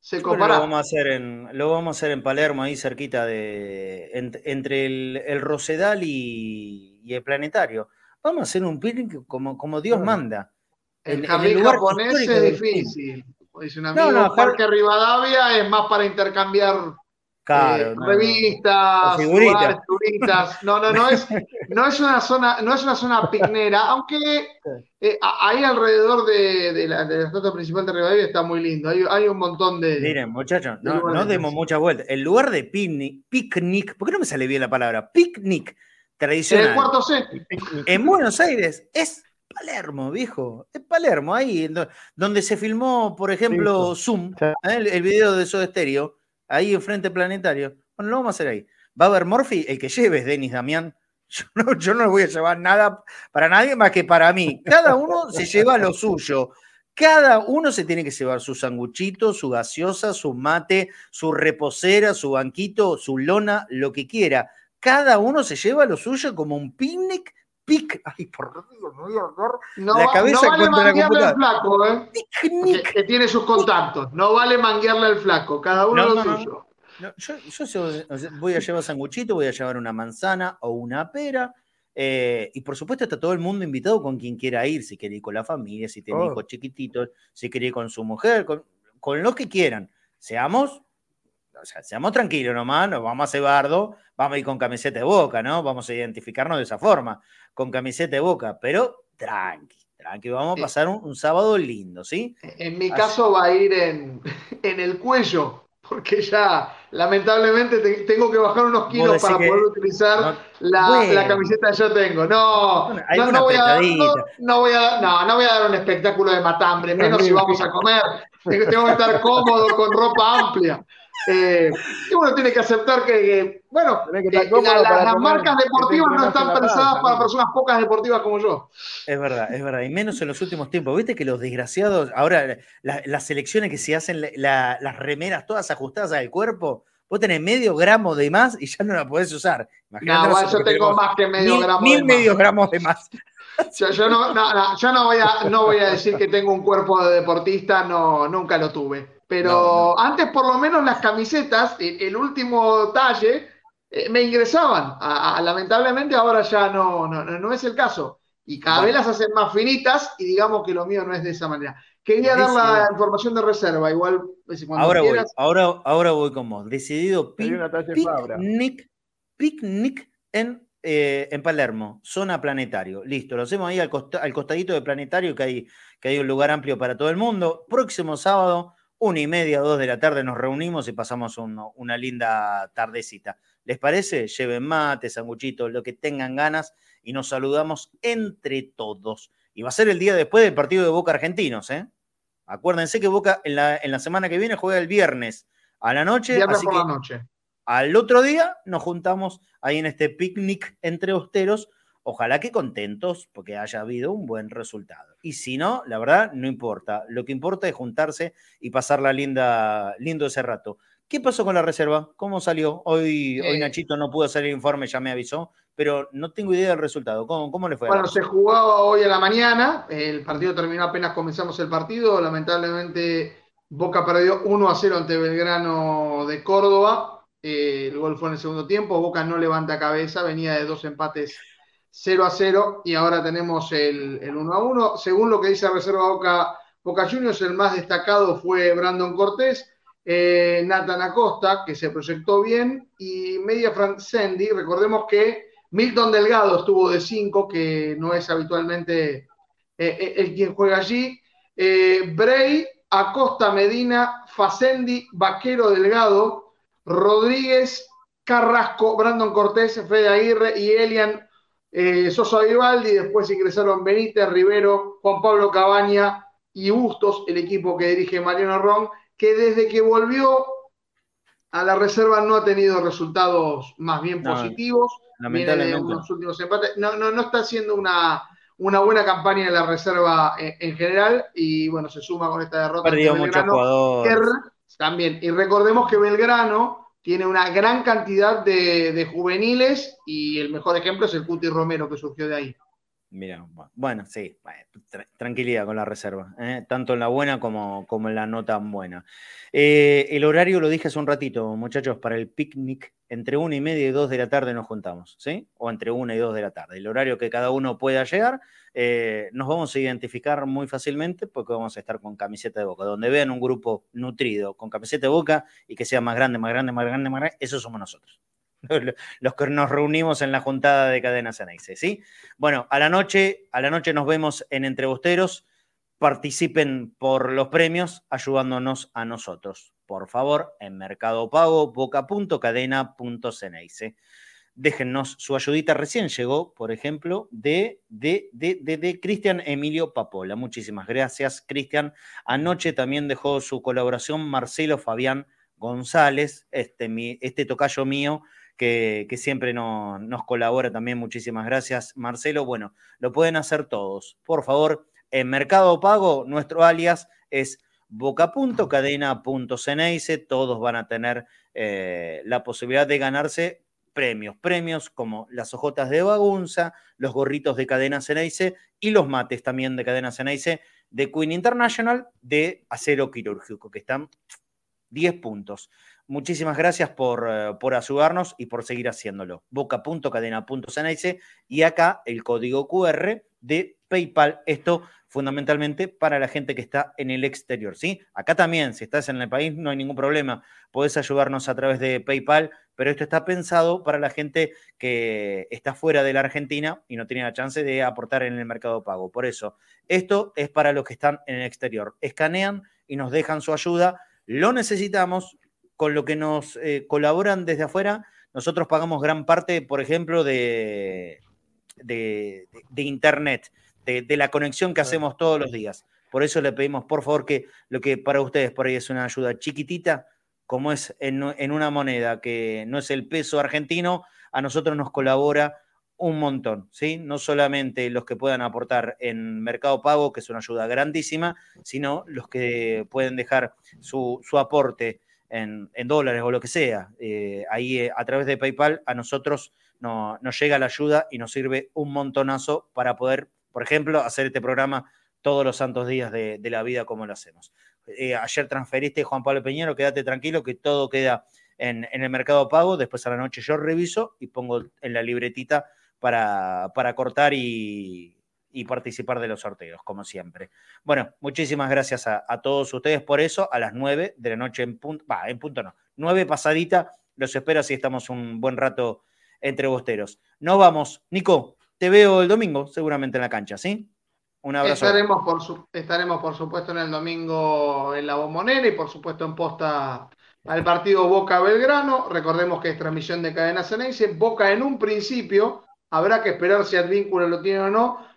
se Yo creo que copará. lo vamos a hacer en Palermo, ahí cerquita entre el Rosedal y el Planetario. Vamos a hacer un picnic como Dios Bueno. manda. El En el jardín lugar japonés histórico es del club. difícil. Dice un No, amigo, no, Parque Rivadavia es más para intercambiar claro, no. revistas, Figuritas. lugares, turistas. No es una zona picnera, aunque ahí alrededor de la estatua principal de Rivadavia está muy lindo. Hay un montón Miren, muchachos, de no lugares demos así. muchas vueltas. El lugar de picnic, ¿por qué no me sale bien la palabra? Picnic En el tradicional cuarto C. en Buenos Aires es Palermo, viejo. Es Palermo, ahí donde se filmó, por ejemplo, Listo. Zoom, Ya. el video de Soda Stereo, ahí enfrente Planetario. Bueno, lo vamos a hacer ahí. Va a haber Murphy, el que lleve es Denis Damián. Yo no voy a llevar nada para nadie más que para mí. Cada uno se lleva lo suyo. Cada uno se tiene que llevar su sanguchito, su gaseosa, su mate, su reposera, su banquito, su lona, lo que quiera. Cada uno se lleva lo suyo como un picnic. Ay, por Dios, me voy a agarrar la cabeza no vale contra la manguearle al computadora. flaco, Picnic. que tiene sus contactos. No vale manguearle al flaco, cada uno lo suyo. No, yo voy a llevar sanguchito, voy a llevar una manzana o una pera. Y por supuesto está todo el mundo invitado con quien quiera ir, si quiere ir con la familia, si tiene hijos chiquititos, si quiere ir con su mujer, con lo que quieran. Seamos tranquilos nomás, nos vamos a hacer bardo, vamos a ir con camiseta de Boca, ¿no? Vamos a identificarnos de esa forma, con camiseta de Boca, pero tranqui, vamos a pasar un sábado lindo, ¿sí? En mi caso va a ir en el cuello, porque ya lamentablemente tengo que bajar unos kilos para poder utilizar la camiseta que yo tengo. No voy a dar un espectáculo de matambre, menos si vamos a comer. Tengo que estar cómodo con ropa amplia. Y uno tiene que aceptar que las marcas deportivas no están pensadas para personas pocas deportivas como yo. Es verdad, y menos en los últimos tiempos. Viste que los desgraciados, ahora las selecciones que se hacen, las remeras todas ajustadas al cuerpo, vos tenés medio gramo de más y ya no la podés usar. No, yo tengo más que medio gramo de más. Medio gramos de más. Yo no voy a decir que tengo un cuerpo de deportista, nunca lo tuve. Pero antes, por lo menos, las camisetas, el último talle, me ingresaban. Lamentablemente, ahora ya no es el caso. Y cada vez las hacen más finitas y digamos que lo mío no es de esa manera. Quería dar la información de reserva, igual cuando quieras. Ahora voy con vos. Decidido picnic en Palermo, zona Planetario. Listo, lo hacemos ahí al costadito de Planetario, que hay un lugar amplio para todo el mundo. Próximo sábado, 1:30, 2 de la tarde, nos reunimos y pasamos una linda tardecita. ¿Les parece? Lleven mate, sanguchitos, lo que tengan ganas y nos saludamos entre todos. Y va a ser el día después del partido de Boca Argentinos, ¿eh? Acuérdense que Boca en la semana que viene juega el viernes a la noche. Viernes así por que la noche. al otro día nos juntamos ahí en este picnic entre hosteros. Ojalá que contentos porque haya habido un buen resultado. Y si no, la verdad, no importa. Lo que importa es juntarse y pasarla lindo ese rato. ¿Qué pasó con la reserva? ¿Cómo salió? Hoy Nachito no pudo hacer el informe, ya me avisó, pero no tengo idea del resultado. ¿Cómo le fue? Bueno, se jugaba hoy a la mañana. El partido terminó apenas comenzamos el partido. Lamentablemente, Boca perdió 1-0 ante Belgrano de Córdoba. El gol fue en el segundo tiempo. Boca no levanta cabeza, venía de 2 empates 0-0 y ahora tenemos el 1-1. Según lo que dice Reserva Boca Juniors, el más destacado fue Brandon Cortés, Nathan Acosta, que se proyectó bien, y Media Francendi. Recordemos que Milton Delgado estuvo de 5, que no es habitualmente el quien juega allí. Bray, Acosta, Medina, Facendi, Vaquero, Delgado, Rodríguez, Carrasco, Brandon Cortés, Fede Aguirre y Elian Sosa Vivaldi. Después ingresaron Benítez, Rivero, Juan Pablo Cabaña y Bustos, el equipo que dirige Mariano Ron, que desde que volvió a la reserva no ha tenido resultados más bien positivos. Viene de unos últimos empates. No está haciendo una buena campaña en la reserva en general, y bueno, se suma con esta derrota. Perdió muchos jugadores. También, y recordemos que Belgrano tiene una gran cantidad de juveniles, y el mejor ejemplo es el Cuti Romero, que surgió de ahí. Mira, bueno, sí, tranquilidad con la reserva, tanto en la buena como en la no tan buena. El horario lo dije hace un ratito, muchachos, para el picnic, entre 1:30 y 2 de la tarde nos juntamos, ¿sí? O entre 1 y 2 de la tarde, el horario que cada uno pueda llegar, nos vamos a identificar muy fácilmente porque vamos a estar con camiseta de Boca. Donde vean un grupo nutrido con camiseta de Boca y que sea más grande, más grande, más grande, más grande, esos somos nosotros. Los que nos reunimos en la juntada de Cadena Ceneice, ¿sí? Bueno, a la noche nos vemos en Entrebosteros. Participen por los premios ayudándonos a nosotros. Por favor, en Mercado Pago, boca.cadena.ceneice. Déjennos su ayudita. Recién llegó, por ejemplo, de Cristian Emilio Papola. Muchísimas gracias, Cristian. Anoche también dejó su colaboración Marcelo Fabián González, este tocayo mío, que siempre nos colabora también. Muchísimas gracias, Marcelo. Bueno, lo pueden hacer todos. Por favor, en Mercado Pago, nuestro alias es boca.cadena.ceneice. Todos van a tener la posibilidad de ganarse premios como las hojotas de Bagunza, los gorritos de Cadena Ceneice y los mates también de Cadena Ceneice de Queen International de acero quirúrgico, que están 10 puntos. Muchísimas gracias por ayudarnos y por seguir haciéndolo. Boca.cadena.ceneice y acá el código QR de PayPal. Esto fundamentalmente para la gente que está en el exterior, ¿sí? Acá también, si estás en el país, no hay ningún problema. Podés ayudarnos a través de PayPal, pero esto está pensado para la gente que está fuera de la Argentina y no tiene la chance de aportar en el Mercado Pago. Por eso, esto es para los que están en el exterior. Escanean y nos dejan su ayuda. Lo necesitamos. Con lo que nos colaboran desde afuera, nosotros pagamos gran parte, por ejemplo, de internet, de la conexión que hacemos todos los días. Por eso le pedimos, por favor, que lo que para ustedes por ahí es una ayuda chiquitita, como es en una moneda que no es el peso argentino, a nosotros nos colabora un montón, ¿sí? No solamente los que puedan aportar en Mercado Pago, que es una ayuda grandísima, sino los que pueden dejar su aporte en dólares o lo que sea. Ahí a través de PayPal a nosotros nos llega la ayuda y nos sirve un montonazo para poder, por ejemplo, hacer este programa todos los santos días de la vida como lo hacemos. Ayer transferiste, Juan Pablo Peñero, quédate tranquilo que todo queda en el Mercado Pago. Después a la noche yo reviso y pongo en la libretita para cortar y participar de los sorteos, como siempre. Bueno, muchísimas gracias a todos ustedes por eso. A las 9 de la noche en punto no, 9 pasadita, los espero, así estamos un buen rato entre bosteros. Nos vamos. Nico, te veo el domingo, seguramente en la cancha, ¿sí? Un abrazo. Estaremos por supuesto en el domingo en la Bombonera y por supuesto en posta al partido Boca Belgrano. Recordemos que es transmisión de Cadena Ceneice. Boca en un principio, habrá que esperar si Advíncula lo tiene o no.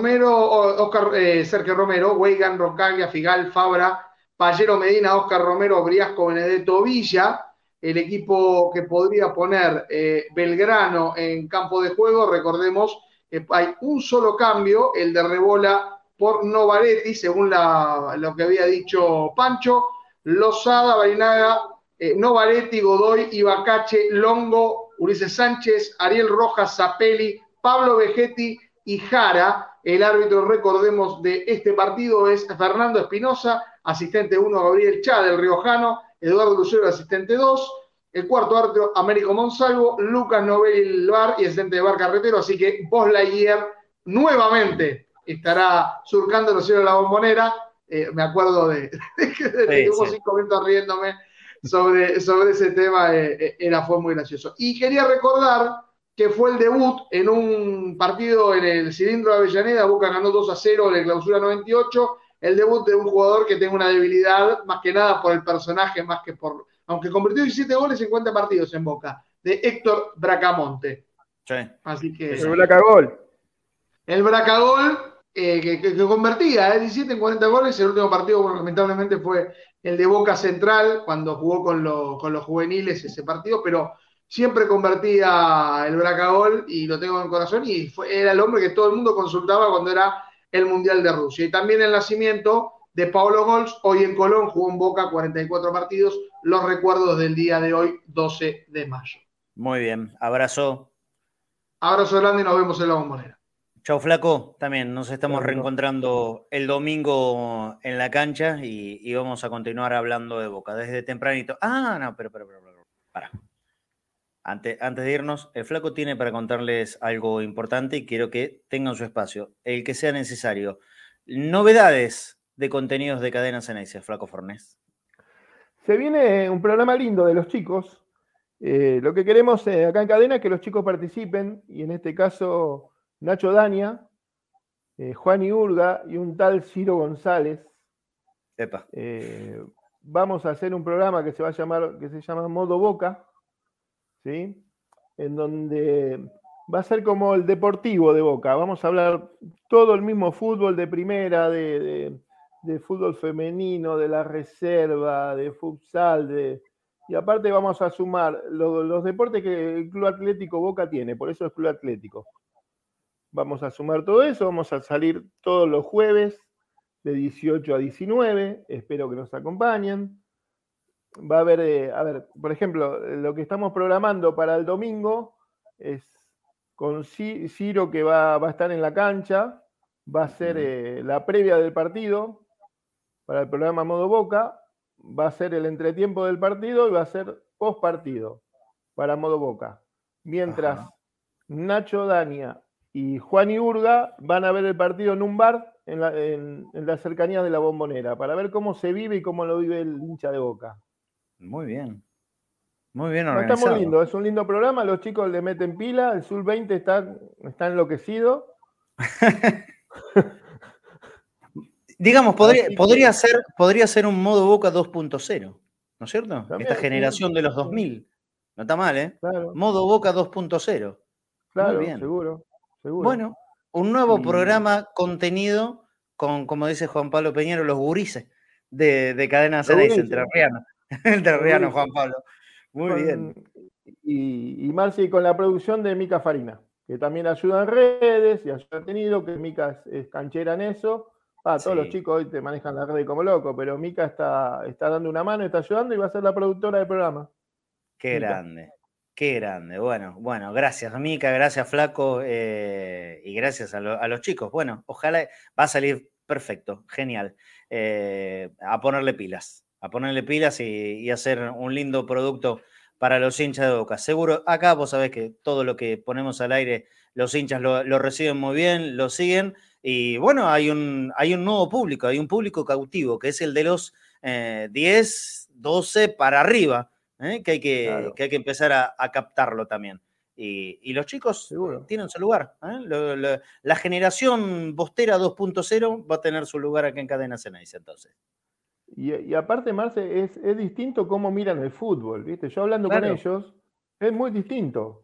Sergio Romero, Weigan, Roncaglia, Figal, Fabra, Pallero Medina, Oscar Romero, Briasco, Benedetto Villa, el equipo que podría poner Belgrano en campo de juego. Recordemos que hay un solo cambio, el de Rebola por Novaretti, según lo que había dicho Pancho. Lozada, Barinaga, Novaretti, Godoy, Ibacache, Longo, Ulises Sánchez, Ariel Rojas, Zapelli, Pablo Vegetti y Jara. El árbitro, recordemos, de este partido es Fernando Espinosa, asistente 1 Gabriel Chá del Riojano, Eduardo Lucero, asistente 2, el cuarto árbitro Américo Monsalvo, Lucas Novelli Bar y asistente de Bar Carretero, así que Buzz Lightyear nuevamente estará surcando los cielos de la Bombonera. Me acuerdo de que hubo 5 minutos riéndome sobre ese tema, fue muy gracioso. Y quería recordar que fue el debut en un partido en el Cilindro de Avellaneda. Boca ganó 2-0 en el Clausura 98. El debut de un jugador que tenga una debilidad, más que nada por el personaje, más que por... Aunque convirtió 17 goles en 50 partidos en Boca, de Héctor Bracamonte. Sí. Así que... El Bracagol. El Bracagol, que convertía 17 en 40 goles. El último partido, bueno, lamentablemente, fue el de Boca Central, cuando jugó con los juveniles ese partido, pero siempre convertía el Bracagol y lo tengo en el corazón, y era el hombre que todo el mundo consultaba cuando era el Mundial de Rusia. Y también el nacimiento de Paulo Gols, hoy en Colón, jugó en Boca 44 partidos, los recuerdos del día de hoy, 12 de mayo. Muy bien, abrazo. Abrazo grande y nos vemos en la Bombonera. Chau, Flaco. También nos estamos Chau, Nico. reencontrando el domingo en la cancha y vamos a continuar hablando de Boca desde tempranito. No, pero, para. Antes de irnos, el Flaco tiene para contarles algo importante y quiero que tengan su espacio, el que sea necesario. Novedades de contenidos de Cadena Ceneice, Flaco Fornés. Se viene un programa lindo de los chicos. Lo que queremos acá en Cadena es que los chicos participen, y en este caso Nacho Dania, Juan Iurga y un tal Ciro González. Epa. Vamos a hacer un programa que se llama Modo Boca, ¿sí? En donde va a ser como el deportivo de Boca. Vamos a hablar todo el mismo fútbol de primera, de fútbol femenino, de la reserva, de futsal, y aparte vamos a sumar los deportes que el Club Atlético Boca tiene, por eso es Club Atlético. Vamos a sumar todo eso, vamos a salir todos los jueves de 18 a 19, espero que nos acompañen. Va a haber, por ejemplo, lo que estamos programando para el domingo es con Ciro, que va a estar en la cancha, va a ser la previa del partido para el programa Modo Boca, va a ser el entretiempo del partido y va a ser post partido para Modo Boca. Mientras Nacho Dania y Juan Iurga van a ver el partido en un bar en las cercanías de la Bombonera, para ver cómo se vive y cómo lo vive el hincha de Boca. Muy bien. Muy bien organizado. Está muy lindo, es un lindo programa, los chicos le meten pila, el Sub-20 está enloquecido. Digamos, podría ser un Modo Boca 2.0, ¿no es cierto? También, esta generación de los 2000. No está mal, ¿eh? Claro. Modo Boca 2.0. Claro, muy bien. Seguro. Bueno, un nuevo programa contenido con, como dice Juan Pablo Peñero, los gurises de Cadena Ceneice, entrerriano Juan Pablo. Muy bien. Y Marci con la producción de Mica Farina, que también ayuda en redes y ayuda en contenido, que Mica es canchera en eso. Todos los chicos hoy te manejan la red como loco, pero Mica está dando una mano, está ayudando y va a ser la productora del programa. Qué Mica. Grande. Qué grande. Bueno, gracias, Mica, gracias, Flaco, y gracias a los chicos. Bueno, ojalá va a salir perfecto, genial. A ponerle pilas y hacer un lindo producto para los hinchas de Boca. Seguro, acá vos sabés que todo lo que ponemos al aire, los hinchas lo reciben muy bien, lo siguen, y bueno, hay un nuevo público, hay un público cautivo, que es el de los 10, 12 para arriba. Que hay que empezar a captarlo también. Y los chicos tienen su lugar. La generación Bostera 2.0 va a tener su lugar aquí en Cadena Ceneice, entonces. Y aparte, Marce, es distinto cómo miran el fútbol, ¿viste? Yo hablando con ellos, es muy distinto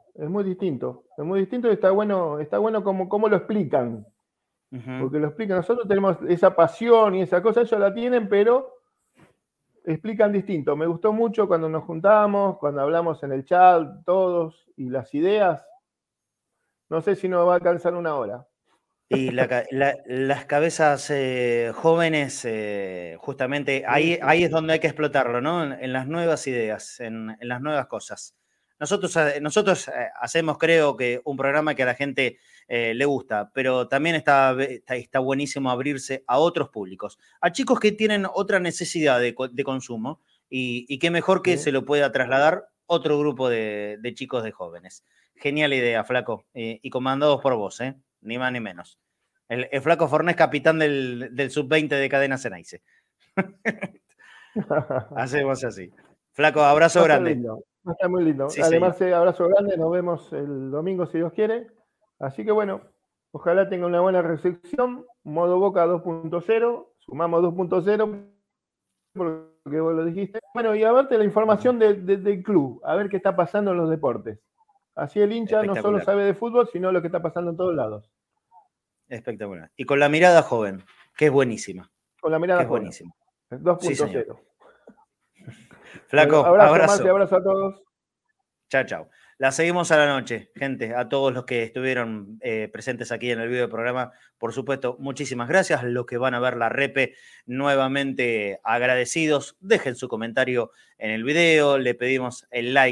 y está bueno cómo lo explican. Porque lo explican, nosotros tenemos esa pasión y esa cosa, ellos la tienen, pero explican distinto. Me gustó mucho cuando nos juntamos, cuando hablamos en el chat, todos, y las ideas. No sé si nos va a alcanzar una hora. Y las cabezas jóvenes, justamente, ahí es donde hay que explotarlo, ¿no? En las nuevas ideas, en las nuevas cosas. Nosotros hacemos, creo que, un programa que a la gente le gusta, pero también está buenísimo abrirse a otros públicos, a chicos que tienen otra necesidad de consumo y qué mejor que se lo pueda trasladar otro grupo de chicos, de jóvenes. Genial idea, Flaco, y comandados por vos, ni más ni menos. El Flaco Fornés, capitán del Sub-20 de Cadena Ceneice. Hacemos así. Flaco, abrazo grande. Está muy lindo. Sí, además, abrazo grande, nos vemos el domingo si Dios quiere. Así que bueno, ojalá tenga una buena recepción. Modo Boca 2.0, sumamos 2.0, porque vos lo dijiste. Bueno, y a verte la información del club, a ver qué está pasando en los deportes. Así el hincha no solo sabe de fútbol, sino lo que está pasando en todos lados. Espectacular. Y con la mirada joven, que es buenísima. Con la mirada joven. Es buenísima. 2.0. Flaco, bueno, abrazo. Marce, abrazo a todos. Chao. La seguimos a la noche, gente, a todos los que estuvieron presentes aquí en el video del programa. Por supuesto, muchísimas gracias. Los que van a ver la repe, nuevamente agradecidos. Dejen su comentario en el video, le pedimos el like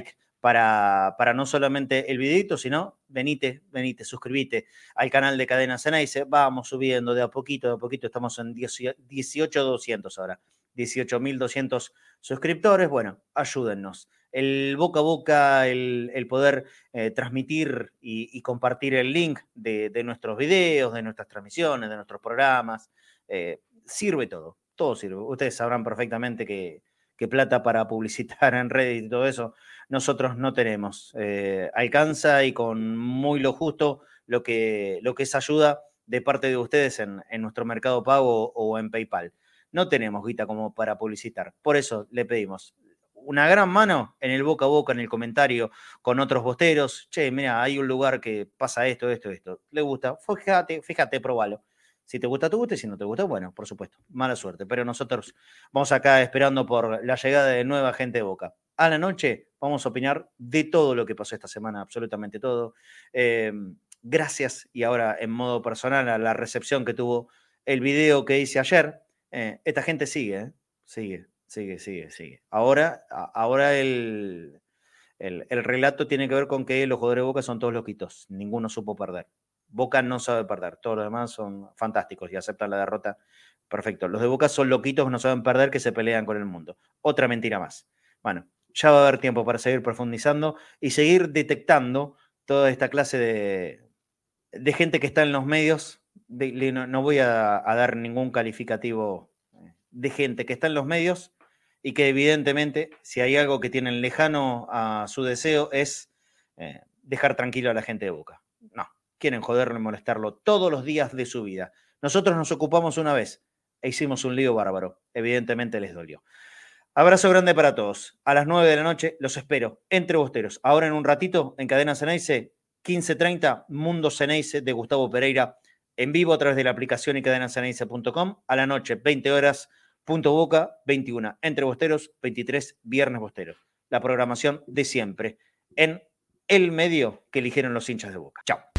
para no solamente el videito, sino venite, suscribite al canal de Cadena Ceneice. Vamos subiendo de a poquito, estamos en 18.200 ahora, 18.200 suscriptores. Bueno, ayúdennos. El boca a boca, el poder transmitir y compartir el link de nuestros videos, de nuestras transmisiones, de nuestros programas, sirve todo sirve. Ustedes sabrán perfectamente que plata para publicitar en Reddit y todo eso nosotros no tenemos. Alcanza y con muy lo justo lo que es ayuda de parte de ustedes en nuestro Mercado Pago o en PayPal. No tenemos guita como para publicitar. Por eso le pedimos una gran mano en el boca a boca, en el comentario con otros bosteros. Che, mira, hay un lugar que pasa esto. ¿Le gusta? Fíjate, probalo. Si te gusta, te gusta, y si no te gusta, bueno, por supuesto, mala suerte. Pero nosotros vamos acá esperando por la llegada de nueva gente de Boca. A la noche vamos a opinar de todo lo que pasó esta semana, absolutamente todo. Gracias, y ahora en modo personal, a la recepción que tuvo el video que hice ayer. Esta gente sigue. Ahora el relato tiene que ver con que los jugadores de Boca son todos loquitos. Ninguno supo perder. Boca no sabe perder, todos los demás son fantásticos y aceptan la derrota. Perfecto. Los de Boca son loquitos, no saben perder, que se pelean con el mundo. Otra mentira más. Bueno, ya va a haber tiempo para seguir profundizando y seguir detectando toda esta clase de gente que está en los medios. No voy a dar ningún calificativo de gente que está en los medios y que evidentemente, si hay algo que tienen lejano a su deseo, es dejar tranquilo a la gente de Boca. No. Quieren joderlo y molestarlo todos los días de su vida. Nosotros nos ocupamos una vez e hicimos un lío bárbaro. Evidentemente les dolió. Abrazo grande para todos. A las 9 de la noche los espero entre bosteros. Ahora en un ratito en Cadena Ceneice, 15:30, Mundo Ceneice de Gustavo Pereira, en vivo a través de la aplicación y cadenaceneice.com. A la noche, 20 horas, Punto Boca, 21 entre bosteros, 23 viernes bosteros. La programación de siempre en el medio que eligieron los hinchas de Boca. Chao.